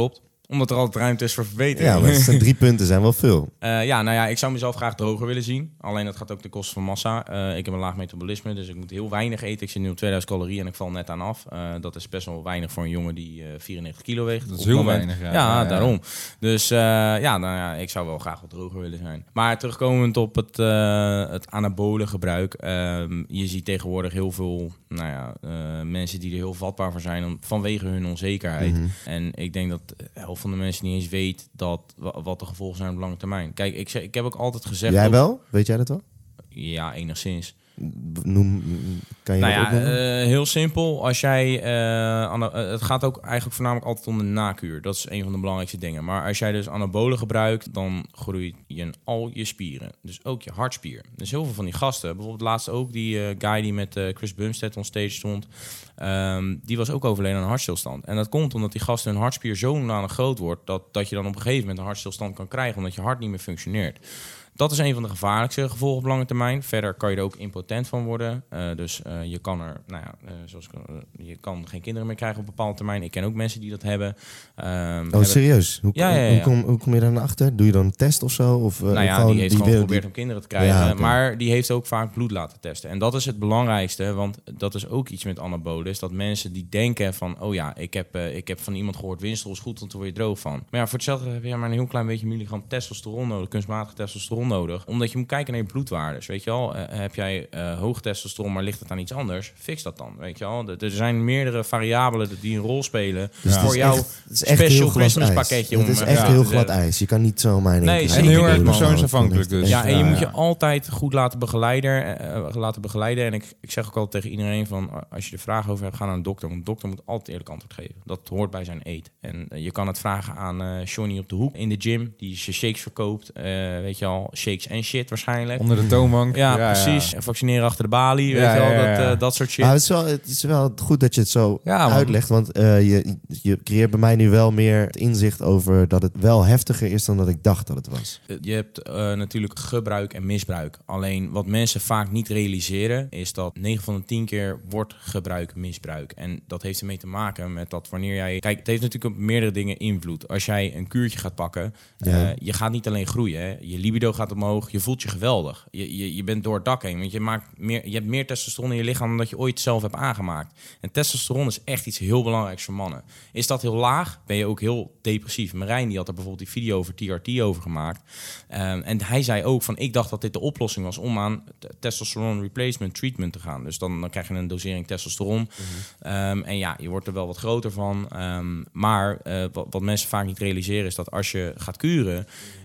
Omdat er altijd ruimte is voor verbetering. Ja, maar het zijn drie punten zijn wel veel. Uh, ja, nou ja, ik zou mezelf graag droger willen zien. Alleen dat gaat ook ten koste van massa. Uh, ik heb een laag metabolisme, dus ik moet heel weinig eten. Ik zit nu op tweeduizend calorieën en ik val net aan af. Uh, dat is best wel weinig voor een jongen die uh, vierennegentig kilo weegt. Dat is heel weinig, ja. Ja, ja, ja, ja. daarom. Dus uh, ja, nou ja, ik zou wel graag wat droger willen zijn. Maar terugkomend op het, uh, het anabole gebruik. Uh, je ziet tegenwoordig heel veel nou ja, uh, mensen die er heel vatbaar voor zijn om, vanwege hun onzekerheid. Mm-hmm. En ik denk dat de helft van de mensen niet eens weet dat, wat de gevolgen zijn op lange termijn. Kijk, ik, ik heb ook altijd gezegd... Jij ook, wel? Weet jij dat wel? Ja, enigszins. Noem, kan je nou dat ja, opnoemen? Uh, heel simpel. Als jij, uh, ana- uh, het gaat ook eigenlijk voornamelijk altijd om de nakuur. Dat is een van de belangrijkste dingen. Maar als jij dus anabolen gebruikt, dan groeit je al je spieren. Dus ook je hartspier. Dus heel veel van die gasten, bijvoorbeeld laatst ook die uh, guy die met uh, Chris Bumstead on stage stond, um, die was ook overleden aan een hartstilstand. En dat komt omdat die gasten hun hartspier zo zodanig groot wordt dat, dat je dan op een gegeven moment een hartstilstand kan krijgen omdat je hart niet meer functioneert. Dat is een van de gevaarlijkste gevolgen op lange termijn. Verder kan je er ook impotent van worden. Uh, dus uh, je kan er, nou ja, uh, zoals uh, je kan geen kinderen meer krijgen op een bepaalde termijn. Ik ken ook mensen die dat hebben. Um, oh, hebben... serieus? Hoe, ja, ja, ja. Hoe, kom, hoe kom je daar naar achter? Doe je dan een test of zo? Of, uh, nou ja, gewoon, die heeft die gewoon wil, geprobeerd die... om kinderen te krijgen. Ja, okay. Maar die heeft ook vaak bloed laten testen. En dat is het belangrijkste, want dat is ook iets met anabolen. Is dat mensen die denken van, oh ja, ik heb, uh, ik heb van iemand gehoord, windstel is goed, want dan word je droog van. Maar ja, voor hetzelfde heb je maar een heel klein beetje milligram testosteron nodig, kunstmatig testosteron nodig. Omdat je moet kijken naar je bloedwaardes, weet je wel. Uh, heb jij uh, hoog testosteron, maar ligt het aan iets anders? Fix dat dan, weet je wel. De, er zijn meerdere variabelen die een rol spelen dus voor jouw special Christmas pakketje. Het is om, echt ja, heel te glad ijs. Je kan niet zomaar in één nee, keer... En heel erg niet. persoonsafhankelijk dus. Ja, en je ja, moet ja. je altijd goed laten begeleiden. Uh, laten begeleiden. En ik, ik zeg ook altijd tegen iedereen van, als je er vragen over hebt, ga naar een dokter. Want een dokter moet altijd eerlijk antwoord geven. Dat hoort bij zijn eet. En uh, je kan het vragen aan uh, Johnny op de hoek in de gym, die shakes verkoopt. Uh, weet je al, shakes en shit waarschijnlijk. Onder de toonbank. Ja, ja, precies. Ja. En vaccineren achter de balie, weet Ja, je wel. ja, ja, ja. Dat, uh, dat soort shit. Maar het is, wel, het is wel goed dat je het zo Ja, uitlegt. Want uh, je, je creëert bij mij nu wel meer het inzicht over dat het wel heftiger is dan dat ik dacht dat het was. Je hebt uh, natuurlijk gebruik en misbruik. Alleen wat mensen vaak niet realiseren is dat negen van de tien keer wordt gebruik misbruik. En dat heeft ermee te maken met dat wanneer jij... Kijk, het heeft natuurlijk op meerdere dingen invloed. Als jij een kuurtje gaat pakken, ja. uh, je gaat niet alleen groeien. Hè? Je libido gaat omhoog, je voelt je geweldig. Je, je, je bent door het dak heen, want je, maakt meer, je hebt meer testosteron in je lichaam dan dat je ooit zelf hebt aangemaakt. En testosteron is echt iets heel belangrijks voor mannen. Is dat heel laag, ben je ook heel depressief. Marijn die had er bijvoorbeeld die video over T R T over gemaakt. Um, en hij zei ook van, ik dacht dat dit de oplossing was om aan testosteron replacement treatment te gaan. Dus dan, dan krijg je een dosering testosteron. Mm-hmm. Um, en ja, je wordt er wel wat groter van. Um, maar uh, wat, wat mensen vaak niet realiseren is dat als je gaat kuren,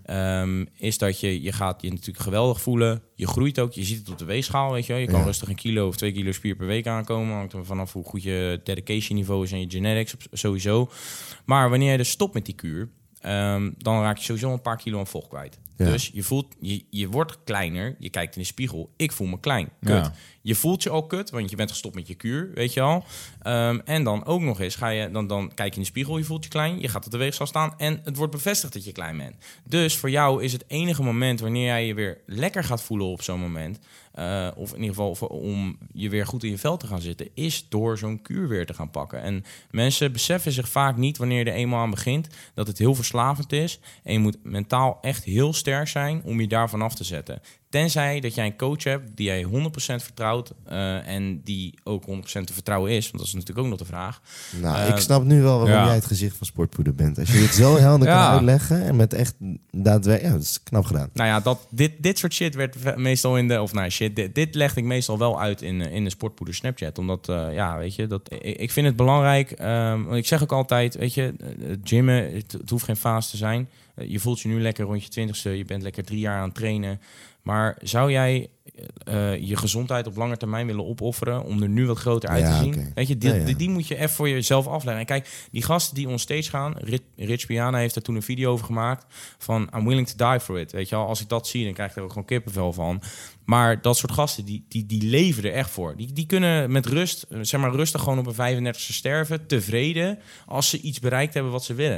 Um, is dat je, je gaat je natuurlijk geweldig voelen. Je groeit ook, je ziet het op de weegschaal, weet je wel. Je kan ja. rustig een kilo of twee kilo spier per week aankomen. Hangt er vanaf hoe goed je dedication niveau is en je genetics sowieso. Maar wanneer je dus stopt met die kuur, um, dan raak je sowieso een paar kilo aan vocht kwijt. Ja. Dus je voelt, je, je wordt kleiner, je kijkt in de spiegel, ik voel me klein, kut. Ja. Je voelt je al kut, want je bent gestopt met je kuur, weet je al. Um, en dan ook nog eens, ga je, dan, dan kijk je in de spiegel, je voelt je klein, je gaat op de weegschaal staan en het wordt bevestigd dat je klein bent. Dus voor jou is het enige moment wanneer jij je weer lekker gaat voelen op zo'n moment, uh, of in ieder geval voor, om je weer goed in je vel te gaan zitten, is door zo'n kuur weer te gaan pakken. En mensen beseffen zich vaak niet, wanneer je er eenmaal aan begint, dat het heel verslavend is. En je moet mentaal echt heel sterk zijn om je daarvan af te zetten. Tenzij dat jij een coach hebt die jij honderd procent vertrouwt uh, en die ook honderd procent te vertrouwen is. Want dat is natuurlijk ook nog de vraag. Nou, uh, ik snap nu wel waarom ja. jij het gezicht van Sportpoeder bent. Als je het zo helder ja. kan uitleggen en met echt daadwerkelijk... Ja, dat is knap gedaan. Nou ja, dat, dit, dit soort shit werd meestal in de... Of nou shit, dit, dit legde ik meestal wel uit in, in de Sportpoeder Snapchat. Omdat, uh, ja, weet je, dat, ik, ik vind het belangrijk. Um, ik zeg ook altijd, weet je, gymmen, het, het hoeft geen fase te zijn. Uh, je voelt je nu lekker rond je twintigste. Je bent lekker drie jaar aan het trainen. Maar zou jij uh, je gezondheid op lange termijn willen opofferen om er nu wat groter uit ja, te zien? Okay. Weet je, die, ja, ja. die, die moet je even voor jezelf afleggen. En kijk, die gasten die on stage gaan, Rich Piana heeft er toen een video over gemaakt van I'm willing to die for it. Weet je wel, als ik dat zie, dan krijg ik er ook gewoon kippenvel van. Maar dat soort gasten, die, die, die leven er echt voor. Die, die kunnen met rust, zeg maar rustig gewoon op een vijfendertigste sterven, tevreden, als ze iets bereikt hebben wat ze willen.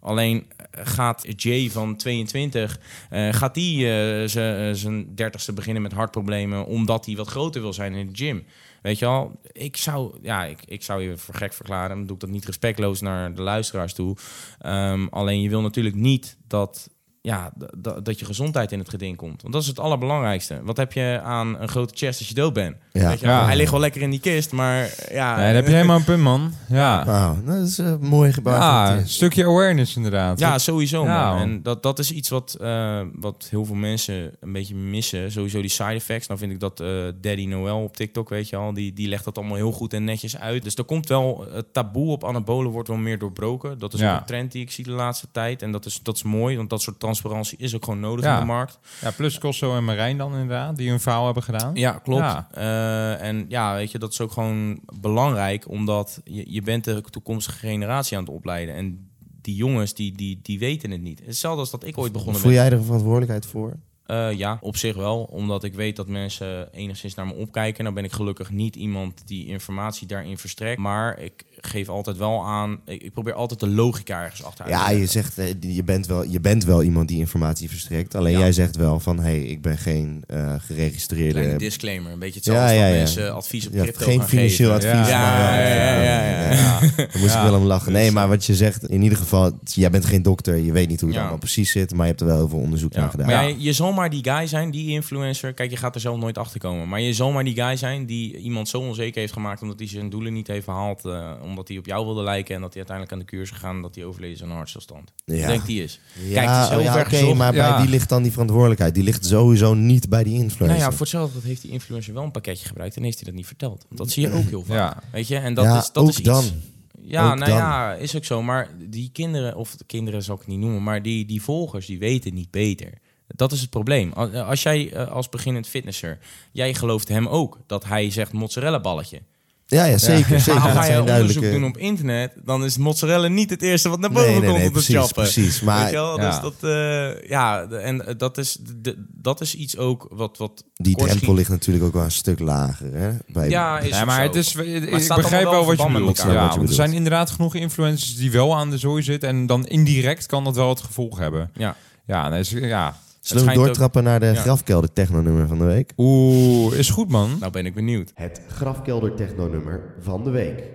Alleen gaat Jay van tweeëntwintig, uh, gaat die uh, zijn dertigste beginnen met hartproblemen omdat hij wat groter wil zijn in de gym. Weet je wel, ik zou, ja, ik, ik zou je voor gek verklaren. Dan doe ik dat niet respectloos naar de luisteraars toe. Um, alleen je wil natuurlijk niet dat, ja, d- d- dat je gezondheid in het geding komt. Want dat is het allerbelangrijkste. Wat heb je aan een grote chest als je dood bent? Ja. Weet je wel? Ja. Hij ligt wel lekker in die kist, maar ja... Nee, dan heb je helemaal een punt, man. Ja, Nou, dat is een mooi gebouw. ja een stukje awareness inderdaad. Ja, sowieso, Ja, man. man. En dat, dat is iets wat, uh, wat heel veel mensen een beetje missen. Sowieso die side effects. Nou vind ik dat uh, Daddy Noel op TikTok, weet je al, die, die legt dat allemaal heel goed en netjes uit. Dus er komt wel, het taboe op anabolen wordt wel meer doorbroken. Dat is Ja. ook een trend die ik zie de laatste tijd. En dat is, dat is mooi, want dat soort transparantie is ook gewoon nodig Ja. in de markt. Ja, plus Cosso en Marijn dan inderdaad, die hun verhaal hebben gedaan. Ja, klopt. Ja. Uh, en ja, weet je, dat is ook gewoon belangrijk, omdat je, je bent de toekomstige generatie aan het opleiden. En die jongens, die, die, die weten het niet. Hetzelfde als dat ik ooit begonnen Voel ben. jij er een verantwoordelijkheid voor? Uh, ja, op zich wel. Omdat ik weet dat mensen enigszins naar me opkijken. Nou ben ik gelukkig niet iemand die informatie daarin verstrekt. Maar ik geef altijd wel aan... Ik, ik probeer altijd de logica ergens achter uit te Ja, leggen. je zegt, eh, je bent, wel, je bent wel iemand die informatie verstrekt. Alleen Ja. jij zegt wel van, hé, hey, ik ben geen uh, geregistreerde... Kleine disclaimer. Een beetje hetzelfde Ja, als ja, dat ja. mensen advies op Ja, crypto geen gaan financieel geven. advies, Ja, maar wel... ja, ja, ja, ja. Daar moest Ja. ik wel om lachen. Nee, maar wat je zegt, in ieder geval, jij bent geen dokter, je weet niet hoe het Ja. allemaal precies zit, maar je hebt er wel heel veel onderzoek Ja. naar gedaan. Maar ja, je zal maar die guy zijn, die influencer. Kijk, je gaat er zelf nooit achter komen. Maar je zal maar die guy zijn die iemand zo onzeker heeft gemaakt omdat hij zijn doelen niet heeft behaald. Uh, omdat hij op jou wilde lijken en dat hij uiteindelijk aan de kuur is gegaan en dat hij overleden is aan een hartstilstand. Ja. Ik denk die is. Ja, Kijk, het is heel oh ja, ver oké, gezocht. maar Ja. bij wie ligt dan die verantwoordelijkheid? Die ligt sowieso niet bij die influencer. Nou ja, voor hetzelfde dat heeft die influencer wel een pakketje gebruikt en heeft hij dat niet verteld. Want dat zie je ook heel vaak. Ja. Weet je, en dat Ja, is dat ook is iets. dan. Ja, Ook nou dan. ja, is ook zo. Maar die kinderen, of de kinderen zal ik het niet noemen, maar die, die volgers, die weten niet beter. Dat is het probleem. Als jij uh, als beginnend fitnesser, jij gelooft hem ook dat hij zegt mozzarella balletje. Ja, ja, zeker. Ja. zeker. Maar Dat ga je zijn onderzoek duidelijke... doen op internet, dan is mozzarella niet het eerste wat naar boven Nee, nee, komt nee, op de precies, chappen. precies. Maar Weet je wel? Ja. Dus dat, uh, ja, de- en uh, dat is, de, dat is iets ook wat, wat die kort drempel schiet. ligt natuurlijk ook wel een stuk lager. Hè? Bij... Ja, is Ja, ook maar zo. het is, ik het staat begrijp allemaal wel wel wat je in verband met bedoelt. elkaar. Ja, Wat je want er bedoelt. zijn inderdaad genoeg influencers die wel aan de zooi zitten en dan indirect kan dat wel het gevolg hebben. Ja. Ja, nee, is- ja. Zullen we schijnt doortrappen naar de Ja. grafkelder technonummer van de week? Oeh, is goed man. Nou ben ik benieuwd. Het grafkelder technonummer van de week.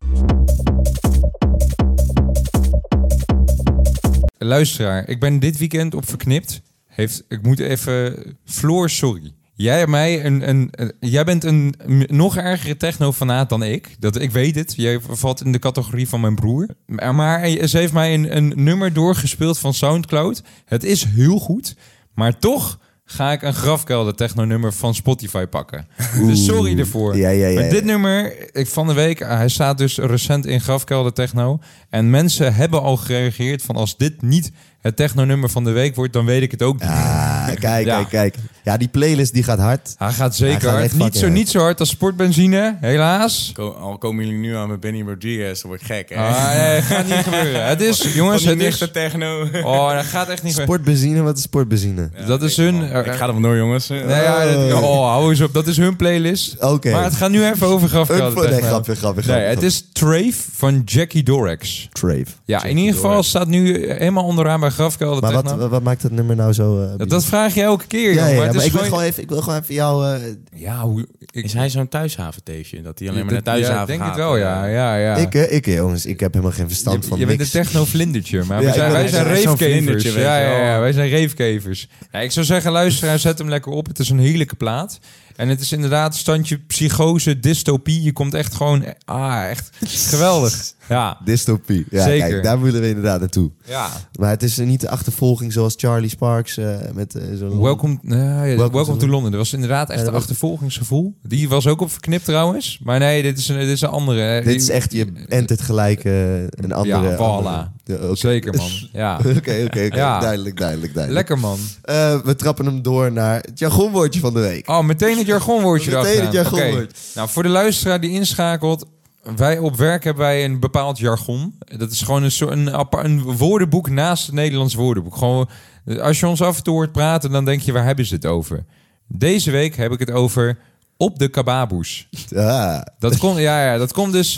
Luisteraar, ik ben dit weekend op Verknipt. Heeft, ik moet even... Floor, sorry. Jij, hebt mij een, een, een, jij bent een m- nog ergere techno-fanaat dan ik. Dat, ik weet het. Jij valt in de categorie van mijn broer. Maar, maar ze heeft mij een, een nummer doorgespeeld van Soundcloud. Het is heel goed. Maar toch ga ik een grafkelder techno-nummer van Spotify pakken. Dus sorry ervoor. Ja, ja, ja, Maar ja. dit nummer, ik van de week, hij staat dus recent in grafkelder techno. En mensen hebben al gereageerd van als dit niet het techno-nummer van de week wordt, dan weet ik het ook niet. Ah, kijk, Ja. kijk, kijk. Ja, die playlist die gaat hard. Hij gaat zeker Hij gaat hard. echt Niet fucking zo, hard. niet zo hard als sportbenzine, helaas. Ko- al komen jullie nu aan met Benny Rodriguez, dan word ik gek, hè? Ah, nee, gaat niet gebeuren. Het is, jongens, Van het die is... lichte techno. Oh, dat gaat echt niet gebeuren. Sportbenzine, wat is sportbenzine? Ja, dat is weet hun... ik wel. Ik ga er vandoor, jongens. Nee, ja, dat- oh, hou eens op. Dat is hun playlist. Oké. Maar het gaat nu even over grafkelder Een- Nee, techno. grapje, grapje, Nee, grapje. het is Trave van Jackie Dorex. Trave. Ja, in ieder geval staat nu helemaal onderaan bij grafkelder Maar techno. wat, wat maakt dat nummer nou zo... uh, Dat, dat vraag je elke keer, ja, joh. ja, Maar ja, het maar is ik wil, gewoon... gewoon even, ik wil gewoon even jou... uh, Ja, hoe... Ik, Is hij zo'n thuishaventeefje? Dat hij alleen maar naar dat- thuishaven ja, ik denk gaat? het wel, ja. ja, ja. Ik, uh, ik, uh, jongens, ik heb helemaal geen verstand je, van je bent een niks. techno-vlindertje, maar Ja, wij zijn, ik ben wij echt zijn zo'n reefkevers. vlindertje, weet Ja, je ja, wel. ja, wij zijn reefkevers. Ja, ik zou zeggen, luisteraar, zet hem lekker op. Het is een heerlijke plaat. En het is inderdaad standje psychose, dystopie. Je komt echt gewoon... Ah, echt geweldig. Ja, Dystopie. Ja, Zeker. kijk, daar willen we inderdaad naartoe. ja. Maar het is uh, niet de achtervolging zoals Charlie Sparks uh, met uh, zo'n... Welcome, nou ja, welcome, Welcome to to London. Dat was inderdaad echt Ja, dat een was- achtervolgingsgevoel. Die was ook op Verknipt trouwens. Maar nee, dit is een, dit is een andere. hè. Dit is Die- echt, je entert gelijk uh, een andere... Ja, voilà. andere- Ja, oké. Zeker, man. Ja. Oké, oké, oké. Ja. Duidelijk, duidelijk, duidelijk. Lekker, man. Uh, we trappen hem door naar het jargonwoordje van de week. Oh, meteen het jargonwoordje Meteen erachteraan. het jargonwoord. Oké. Nou, voor de luisteraar die inschakelt... Wij op werk hebben wij een bepaald jargon. Dat is gewoon een, soort, een, apart- een woordenboek naast het Nederlands woordenboek. Gewoon, als je ons af en toe hoort praten, dan denk je, waar hebben ze het over? Deze week heb ik het over op de kababoes. Ah, Dat komt, ja, ja, dat komt dus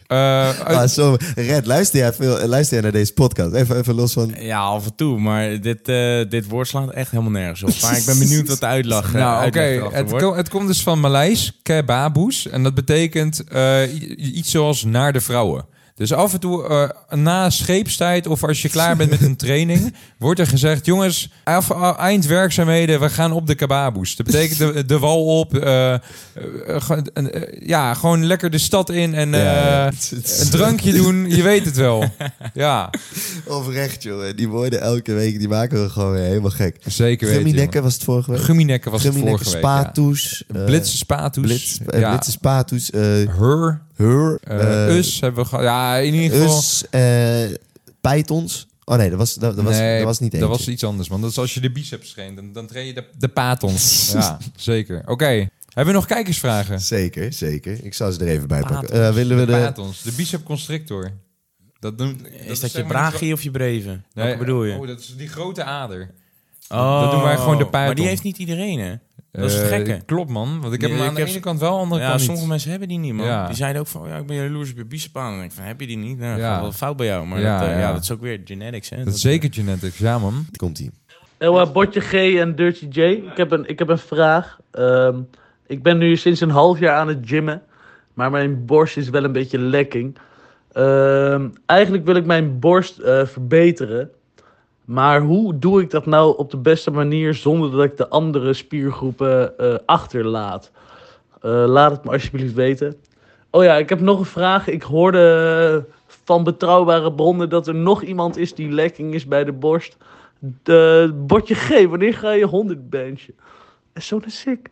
Uh, uit... ah, zo, Red, luister jij, veel, luister jij naar deze podcast? Even, even los van... Ja, af en toe. Maar dit, uh, dit woord slaat echt helemaal nergens op. Maar ik ben benieuwd wat de uitlag, uh, nou, oké. uitleg Het, ko- het komt dus van Maleis, kebaboes. En dat betekent uh, i- iets zoals naar de vrouwen. Dus af en toe, uh, na scheepstijd of als je klaar bent met een training, wordt er gezegd, jongens, af, uh, eindwerkzaamheden, we gaan op de kebaboes. Dat betekent de, de wal op, uh, uh, uh, uh, ja, gewoon lekker de stad in en uh, Ja, ja. een drankje doen, je weet het wel. Ja, Oprecht, joh. Die woorden elke week, die maken we gewoon weer helemaal gek. zeker weten. Gumminekken was het vorige week. Gumminekken was het Gumminekken, vorige week, ja. Spatoes. uh, Blitse spatoes. Blitz, uh, ja. Blitse spatoes. Uh, Hur. Hur. Uh, uh, us hebben we gehad. Ja, in ieder geval. Us. Uh, Pythons. Oh nee, dat was, dat, dat was, nee, dat was niet dat eentje. was iets anders, man. Dat is als je de biceps traint, dan, dan train je de, de patons. Ja, zeker. Oké, okay. Hebben we nog kijkersvragen? Zeker, zeker. Ik zal ze er even bij Patons. pakken. Uh, willen we de de... patons, de bicep constrictor. Dat doen, Is dat je zeg maar brachie niet of je breven? zo- Welke bedoel je? Oh, dat is die grote ader. Oh, dat doen wij gewoon de python. Maar die heeft niet iedereen, hè? Dat is het Uh, gekke. Klopt, man. Want ik heb Nee, hem aan ik de heb ene ze- kant wel, aan de andere Ja, kant sommige niet. mensen hebben die niet, man. Ja. Die zeiden ook van, ja, ik ben jaloers op je bicepaan. En dan denk ik van, heb je die niet? Nou, Ja. gaat wel fout bij jou. Maar Ja, dat, uh, ja. ja. dat is ook weer genetics, hè? Dat is zeker genetics, ja, man. Komt-ie. Yo, uh, Botje G en Dirty J. Ik heb een, ik heb een vraag. Um, ik ben nu sinds een half jaar aan het gymmen. Maar mijn borst is wel een beetje lekking. Um, eigenlijk wil ik mijn borst uh, verbeteren. Maar hoe doe ik dat nou op de beste manier zonder dat ik de andere spiergroepen uh, achterlaat? Uh, laat het me alsjeblieft weten. Oh ja, ik heb nog een vraag. Ik hoorde uh, van betrouwbare bronnen dat er nog iemand is die lekking is bij de borst. De Botje G, wanneer ga je honderd benchen? Dat is zo sick.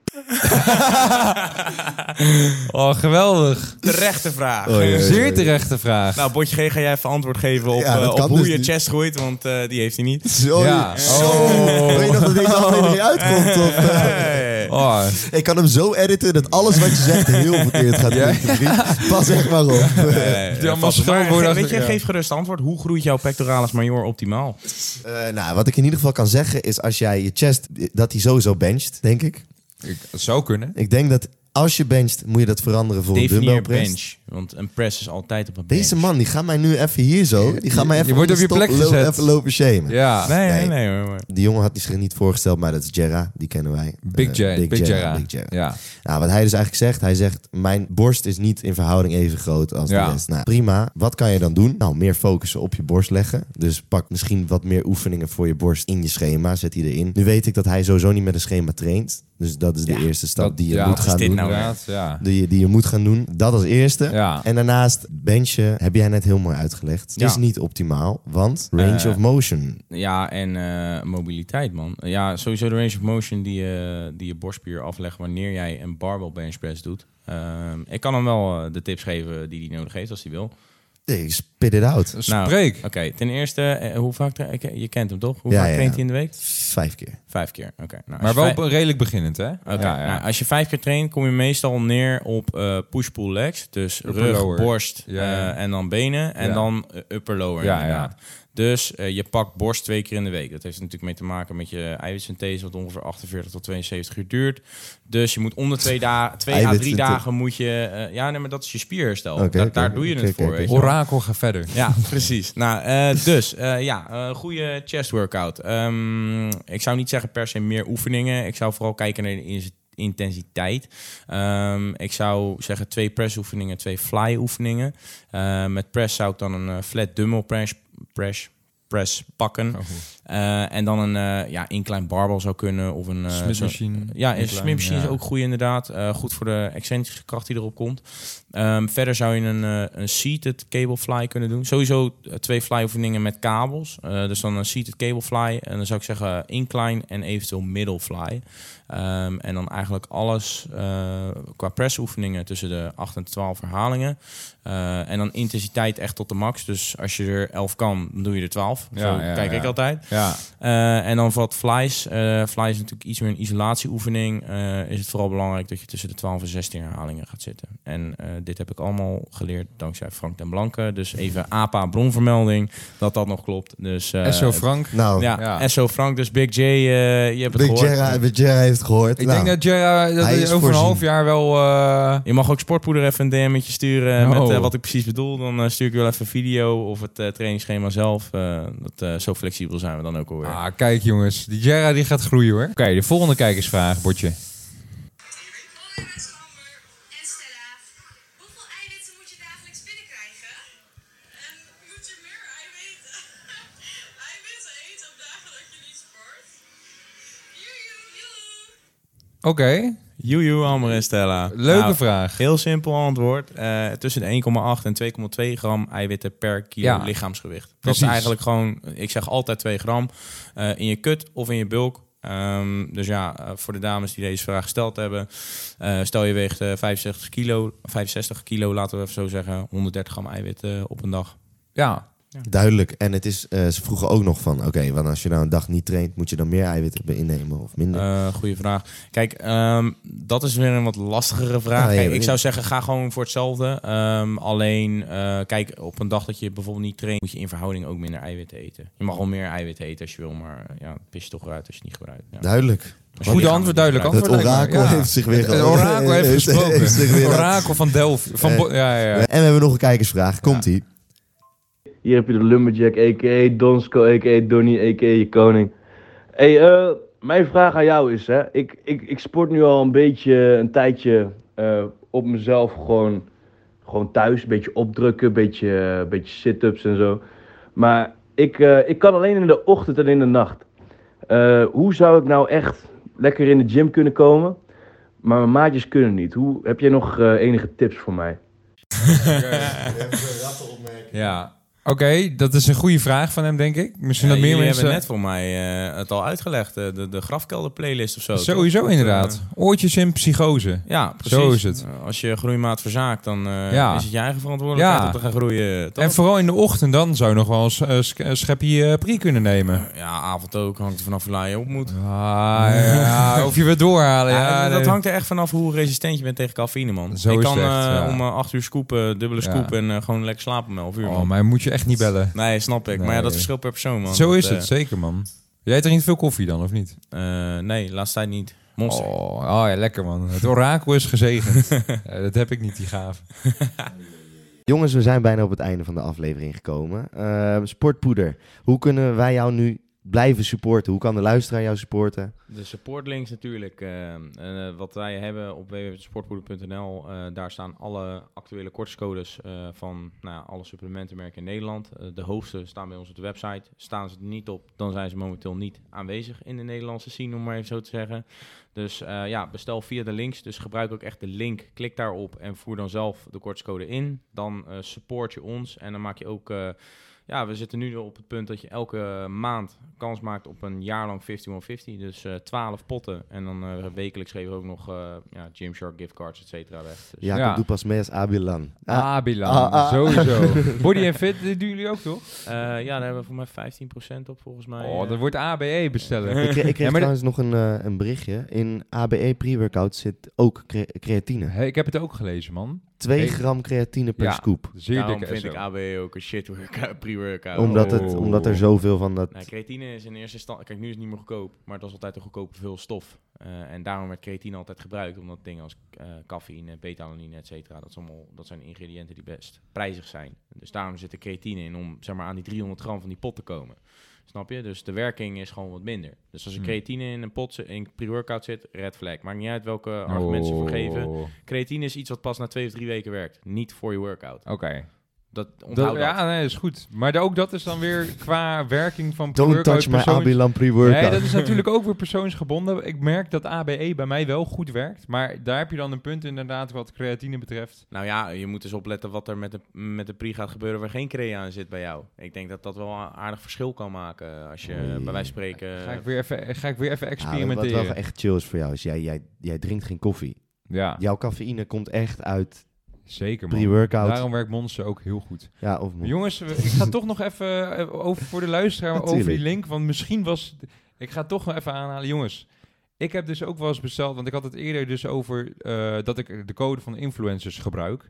Oh, geweldig. Terechte vraag. Oh, ja, ja, ja. Zeer terechte vraag. Nou, Botje G, ga jij even antwoord geven op, Ja, dat uh, op kan hoe dus je niet. chest groeit, want uh, die heeft hij niet. Zo. Ja. Zo. Oh. Weet je nog dat deze aflevering uitkomt? Of, uh, Hey. Oh, ik kan hem zo editen dat alles wat je zegt heel verkeerd gaat Ja. klinken, vriend. Pas echt maar op. Nee, Die allemaal vast. Maar scheldwoorden ge- achter- Weet je, ja. geef gerust antwoord. Hoe groeit jouw pectoralis major optimaal? Uh, nou, wat ik in ieder geval kan zeggen is als jij je chest, dat hij sowieso bencht, denk ik. ik, het zou kunnen. Ik denk dat als je bencht, moet je dat veranderen voor een Definieer dumbbell press. bench. Want een press is altijd op een bench. Deze man, die gaat mij nu even hier zo, die gaat mij Je even wordt op je stop- plek lo- gezet. even lopen shamen. Ja. Nee, nee, Nee. nee. hoor, hoor. Die jongen had zich niet voorgesteld, maar dat is Gerra, die kennen wij. Big Uh, J. Big Gerra, J. Big Gerra. Ja. Nou, wat hij dus eigenlijk zegt, hij zegt, mijn borst is niet in verhouding even groot als Ja. de rest. Nou, prima. Wat kan je dan doen? Nou, meer focussen op je borst leggen. Dus pak misschien wat meer oefeningen voor je borst in je schema, zet die erin. Nu weet ik dat hij sowieso niet met een schema traint. Dus dat is de Ja, eerste stap Dat- die je ja, moet wat is gaan dit doen. nou? Inderdaad, ja. Die, je- die je moet gaan doen. Dat als eerste. Ja. En daarnaast benchen, heb jij net heel mooi uitgelegd. Ja. Is niet optimaal, want range Eh, of motion. Ja, en eh, mobiliteit, man. Ja, sowieso de range of motion die, je die je borstspier aflegt wanneer jij een barbell bench press doet. Ehm, ik kan hem wel eh, de tips geven die hij nodig heeft als hij wil. Nee, spit it out. Nou, Spreek. Oké, ten eerste, eh, hoe vaak... tra- ik- Je kent hem toch? Hoe Ja, vaak ja, traint ja. hij in de week? Vijf keer. Vijf keer, oké. Nou, als Maar je wel vijf- op- redelijk beginnend, hè? Oké, Ja, ja. Nou, als je vijf keer traint, kom je meestal neer op eh, push-pull legs. Dus Upper, rug, lower. borst Ja, ja. eh, en dan benen. En Ja. dan eh, upper-lower Ja, inderdaad. ja. Dus eh, je pakt borst twee keer in de week. Dat heeft er natuurlijk mee te maken met je eiwitsynthese, wat ongeveer achtenveertig tot tweeënzeventig uur duurt. Dus je moet om de twee, da- twee à drie Eiwitsynthese. dagen moet je... eh, ja, nee, maar dat is je spierherstel. Oké, daar, oké, daar doe je oké, het oké, voor, oké. weet je wel. Orakel, ga verder. Ja, precies. Nou, eh, dus eh, ja, eh goede chest workout. Ehm, ik zou niet zeggen per se meer oefeningen. Ik zou vooral kijken naar de in- intensiteit. Ehm, ik zou zeggen twee press oefeningen, twee fly oefeningen. Eh, met press zou ik dan een eh, flat dumbbell press, press, press pakken. Oh, Eh, en dan een eh, ja, incline barbell zou kunnen. Of een eh, Smith zo- machine. Ja, een Incline, Smith machine ja. is ook goed inderdaad. Uh, goed voor de excentrische kracht die erop komt. Um, verder zou je een, uh, een seated cable fly kunnen doen. Sowieso uh, twee fly oefeningen met kabels. Uh, dus dan een seated cable fly. En dan zou ik zeggen incline en eventueel middle fly. Um, en dan eigenlijk alles uh, qua press oefeningen tussen de acht en twaalf herhalingen. Uh, en dan intensiteit echt tot de max. Dus als je er elf kan, dan doe je er twaalf. Ja, Zo ja, kijk ja. ik altijd. Ja. Uh, en dan voor wat flies. Uh, flies is natuurlijk iets meer een isolatieoefening. Uh, is het vooral belangrijk dat je tussen de twaalf en zestien herhalingen gaat zitten. En uh, dit heb ik allemaal geleerd dankzij Frank ten Blanke. Dus even A P A bronvermelding, dat dat nog klopt. Dus, uh, S O Frank. Nou, Ja, Ja. S O Frank, dus Big J, uh, je hebt het Big gehoord. Jera, Big Jera heeft het gehoord. Ik Nou, denk dat Jera dat hij hij is over een voorzien. half jaar wel... uh, Je mag ook Sportpoeder even een D M'tje sturen Oh. met uh, wat ik precies bedoel. Dan uh, stuur ik wel even een video of het uh, trainingsschema zelf. Uh, dat, uh, zo flexibel zijn we dan ook alweer. Ah, kijk jongens. Die Jera die gaat groeien hoor. Oké, de volgende kijkersvraag, Botje. Hoi met Sander en Stella. Hoeveel eiwitten moet je dagelijks binnenkrijgen? En moet je meer eiwitten, eiwitten eten op dagen dat je niet sport? Joejoe, joe. Oké, Joejoe, Amber en Stella. leuke Nou, vraag. Heel simpel antwoord. Uh, tussen de één komma acht en twee komma twee gram eiwitten per kilo Ja. lichaamsgewicht. Dat Precies. is eigenlijk gewoon, ik zeg altijd twee gram uh, in je kut of in je bulk. Um, dus ja, uh, voor de dames die deze vraag gesteld hebben. Uh, stel je weegt uh, vijfenzestig kilo, vijfenzestig kilo, laten we even zo zeggen. honderddertig gram eiwit uh, op een dag. Ja, Duidelijk. En het is, uh, ze vroegen ook nog van, oké, okay, want als je nou een dag niet traint, moet je dan meer eiwitten innemen of minder? Uh, goeie vraag. Kijk, um, dat is weer een wat lastigere vraag. Ah, ja, Kijk, ja. ik zou zeggen, ga gewoon voor hetzelfde. Um, alleen, uh, kijk, op een dag dat je bijvoorbeeld niet traint, moet je in verhouding ook minder eiwitten eten. Je mag wel meer eiwitten eten als je wil, maar uh, ja, pis je toch eruit als je het niet gebruikt. Ja. Duidelijk. Als je goede lichaam antwoord, het duidelijk niet Het antwoord. lijkt me. orakel Ja. heeft zich weer... Het, het orakel heeft gesproken. heeft zich weer- Het orakel van Delft. Van Bo- ja, ja, ja. En we hebben nog een kijkersvraag. Komt-ie. Hier heb je de Lumberjack, a k a. Donsko, a k a. Donnie, a k a. je koning. Hey, uh, mijn vraag aan jou is, hè. Ik, ik, ik sport nu al een beetje, een tijdje uh, op mezelf gewoon, gewoon thuis. Een beetje opdrukken, een beetje, uh, beetje sit-ups en zo. Maar ik, uh, ik kan alleen in de ochtend en in de nacht. Uh, hoe zou ik nou echt lekker in de gym kunnen komen? Maar mijn maatjes kunnen niet. Hoe, heb jij nog uh, enige tips voor mij? Ja. Oké, okay, dat is een goede vraag van hem, denk ik. Misschien Ja, dat meer jullie mensen... hebben net voor mij uh, het al uitgelegd. Uh, de, de grafkelder playlist of zo. Sowieso toch? inderdaad. Oortjes in psychose. Ja, precies. Zo is het. Uh, als je groeimaat verzaakt, dan uh, Ja. is het je eigen verantwoordelijkheid Ja. om te gaan groeien. Toch? En vooral in de ochtend, dan zou je nog wel eens uh, sch- een schepje uh, pri kunnen nemen. Ja, avond ook. Hangt er vanaf hoe laat je op moet. Ah, ja, of je weer doorhalen. Ja, Ja, dat nee. hangt er echt vanaf hoe resistent je bent tegen cafeïne, man. Zo ik is kan het echt, uh, ja. om uh, acht uur scoopen, dubbele Ja. scoop en uh, gewoon lekker slapen om elf uur, Oh, man. maar moet je echt niet bellen. Nee, snap ik. Maar ja, Nee. dat verschilt per persoon, man. Zo Dat, is uh, het, zeker man. Jij drinkt veel koffie dan, of niet? Uh, nee, laatste tijd niet. Monster. Oh, oh ja, lekker man. Het orakel is gezegend. Ja, dat heb ik niet, die gave. Jongens, we zijn bijna op het einde van de aflevering gekomen. Uh, Sportpoeder, hoe kunnen wij jou nu blijven supporten? Hoe kan de luisteraar jou supporten? De supportlinks natuurlijk. Uh, uh, wat wij hebben op w w w punt sportpoeder punt n l. Uh, daar staan alle actuele kortingscodes uh, van nou, alle supplementenmerken in Nederland. Uh, de hoogste staan bij ons op de website. Staan ze er niet op, dan zijn ze momenteel niet aanwezig in de Nederlandse scene, om maar even zo te zeggen. Dus uh, ja, bestel via de links. Dus gebruik ook echt de link. Klik daarop en voer dan zelf de kortingscode in. Dan uh, support je ons en dan maak je ook... Uh, Ja, we zitten nu op het punt dat je elke maand kans maakt op een jaar lang vijftig one fifty. Dus uh, twaalf potten. En dan uh, wekelijks geven we ook nog uh, ja, Gymshark giftcards, et cetera weg. Dus, Jacob Ja. doe pas mee als Abilan. Ah, Bilan. Ah, ah. Sowieso. Body and Fit, dit doen jullie ook toch? uh, ja, daar hebben we voor mij vijftien procent op volgens mij. Oh, uh. dat wordt A B E bestellen. Ik kreeg, ik kreeg Ja, maar trouwens nog een, uh, een berichtje. In A B E pre-workout zit ook cre- creatine. Hey, ik heb het ook gelezen, man. twee Hey. gram creatine per Ja. scoop. Zeer Daarom dikke vind S O. ik A B E ook een shit workout, pre-workout. Omdat, het, Oh. omdat er zoveel van dat... Nou, creatine is in eerste instantie... Kijk, nu is het niet meer goedkoop, maar het was altijd een goedkope veel stof. Uh, en daarom werd creatine altijd gebruikt, omdat dingen als uh, cafeïne, beta-alanine, et cetera, dat, is allemaal, dat zijn ingrediënten die best prijzig zijn. Dus daarom zit er creatine in om zeg maar, aan die driehonderd gram van die pot te komen. Snap je? Dus de werking is gewoon wat minder. Dus als er Hmm. creatine in een pot zit, in pre-workout zit, red flag. Maakt niet uit welke argumenten ze voor geven. Oh. Creatine is iets wat pas na twee of drie weken werkt. Niet voor je workout. Oké. Dat onthoud Dat, dat. ja, nee, is goed. Maar de- ook dat is dan weer qua werking van Don't pre-workout touch my persoons- Abilan pre-workout. Nee, dat is natuurlijk ook weer persoonsgebonden. Ik merk dat A B E bij mij wel goed werkt. Maar daar heb je dan een punt inderdaad wat creatine betreft. Nou ja, je moet dus opletten wat er met de, met de pre gaat gebeuren waar geen crea aan zit bij jou. Ik denk dat dat wel een aardig verschil kan maken als je Nee. bij wijze van spreken... Ga ik weer even, ga ik weer even Ja, wat experimenteren. wel echt chill is voor jou is, jij, jij, jij drinkt geen koffie. Ja, Jouw cafeïne komt echt uit zeker man. pre-workout. Daarom werkt Monster ook heel goed. Ja, of Maar jongens, we- ik ga toch nog even eh, over voor de luisteraar over die Natuurlijk. link. Want misschien was... Ik ga het toch nog even aanhalen. Jongens, ik heb dus ook wel eens besteld... Want ik had het eerder dus over eh, dat ik de code van influencers gebruik.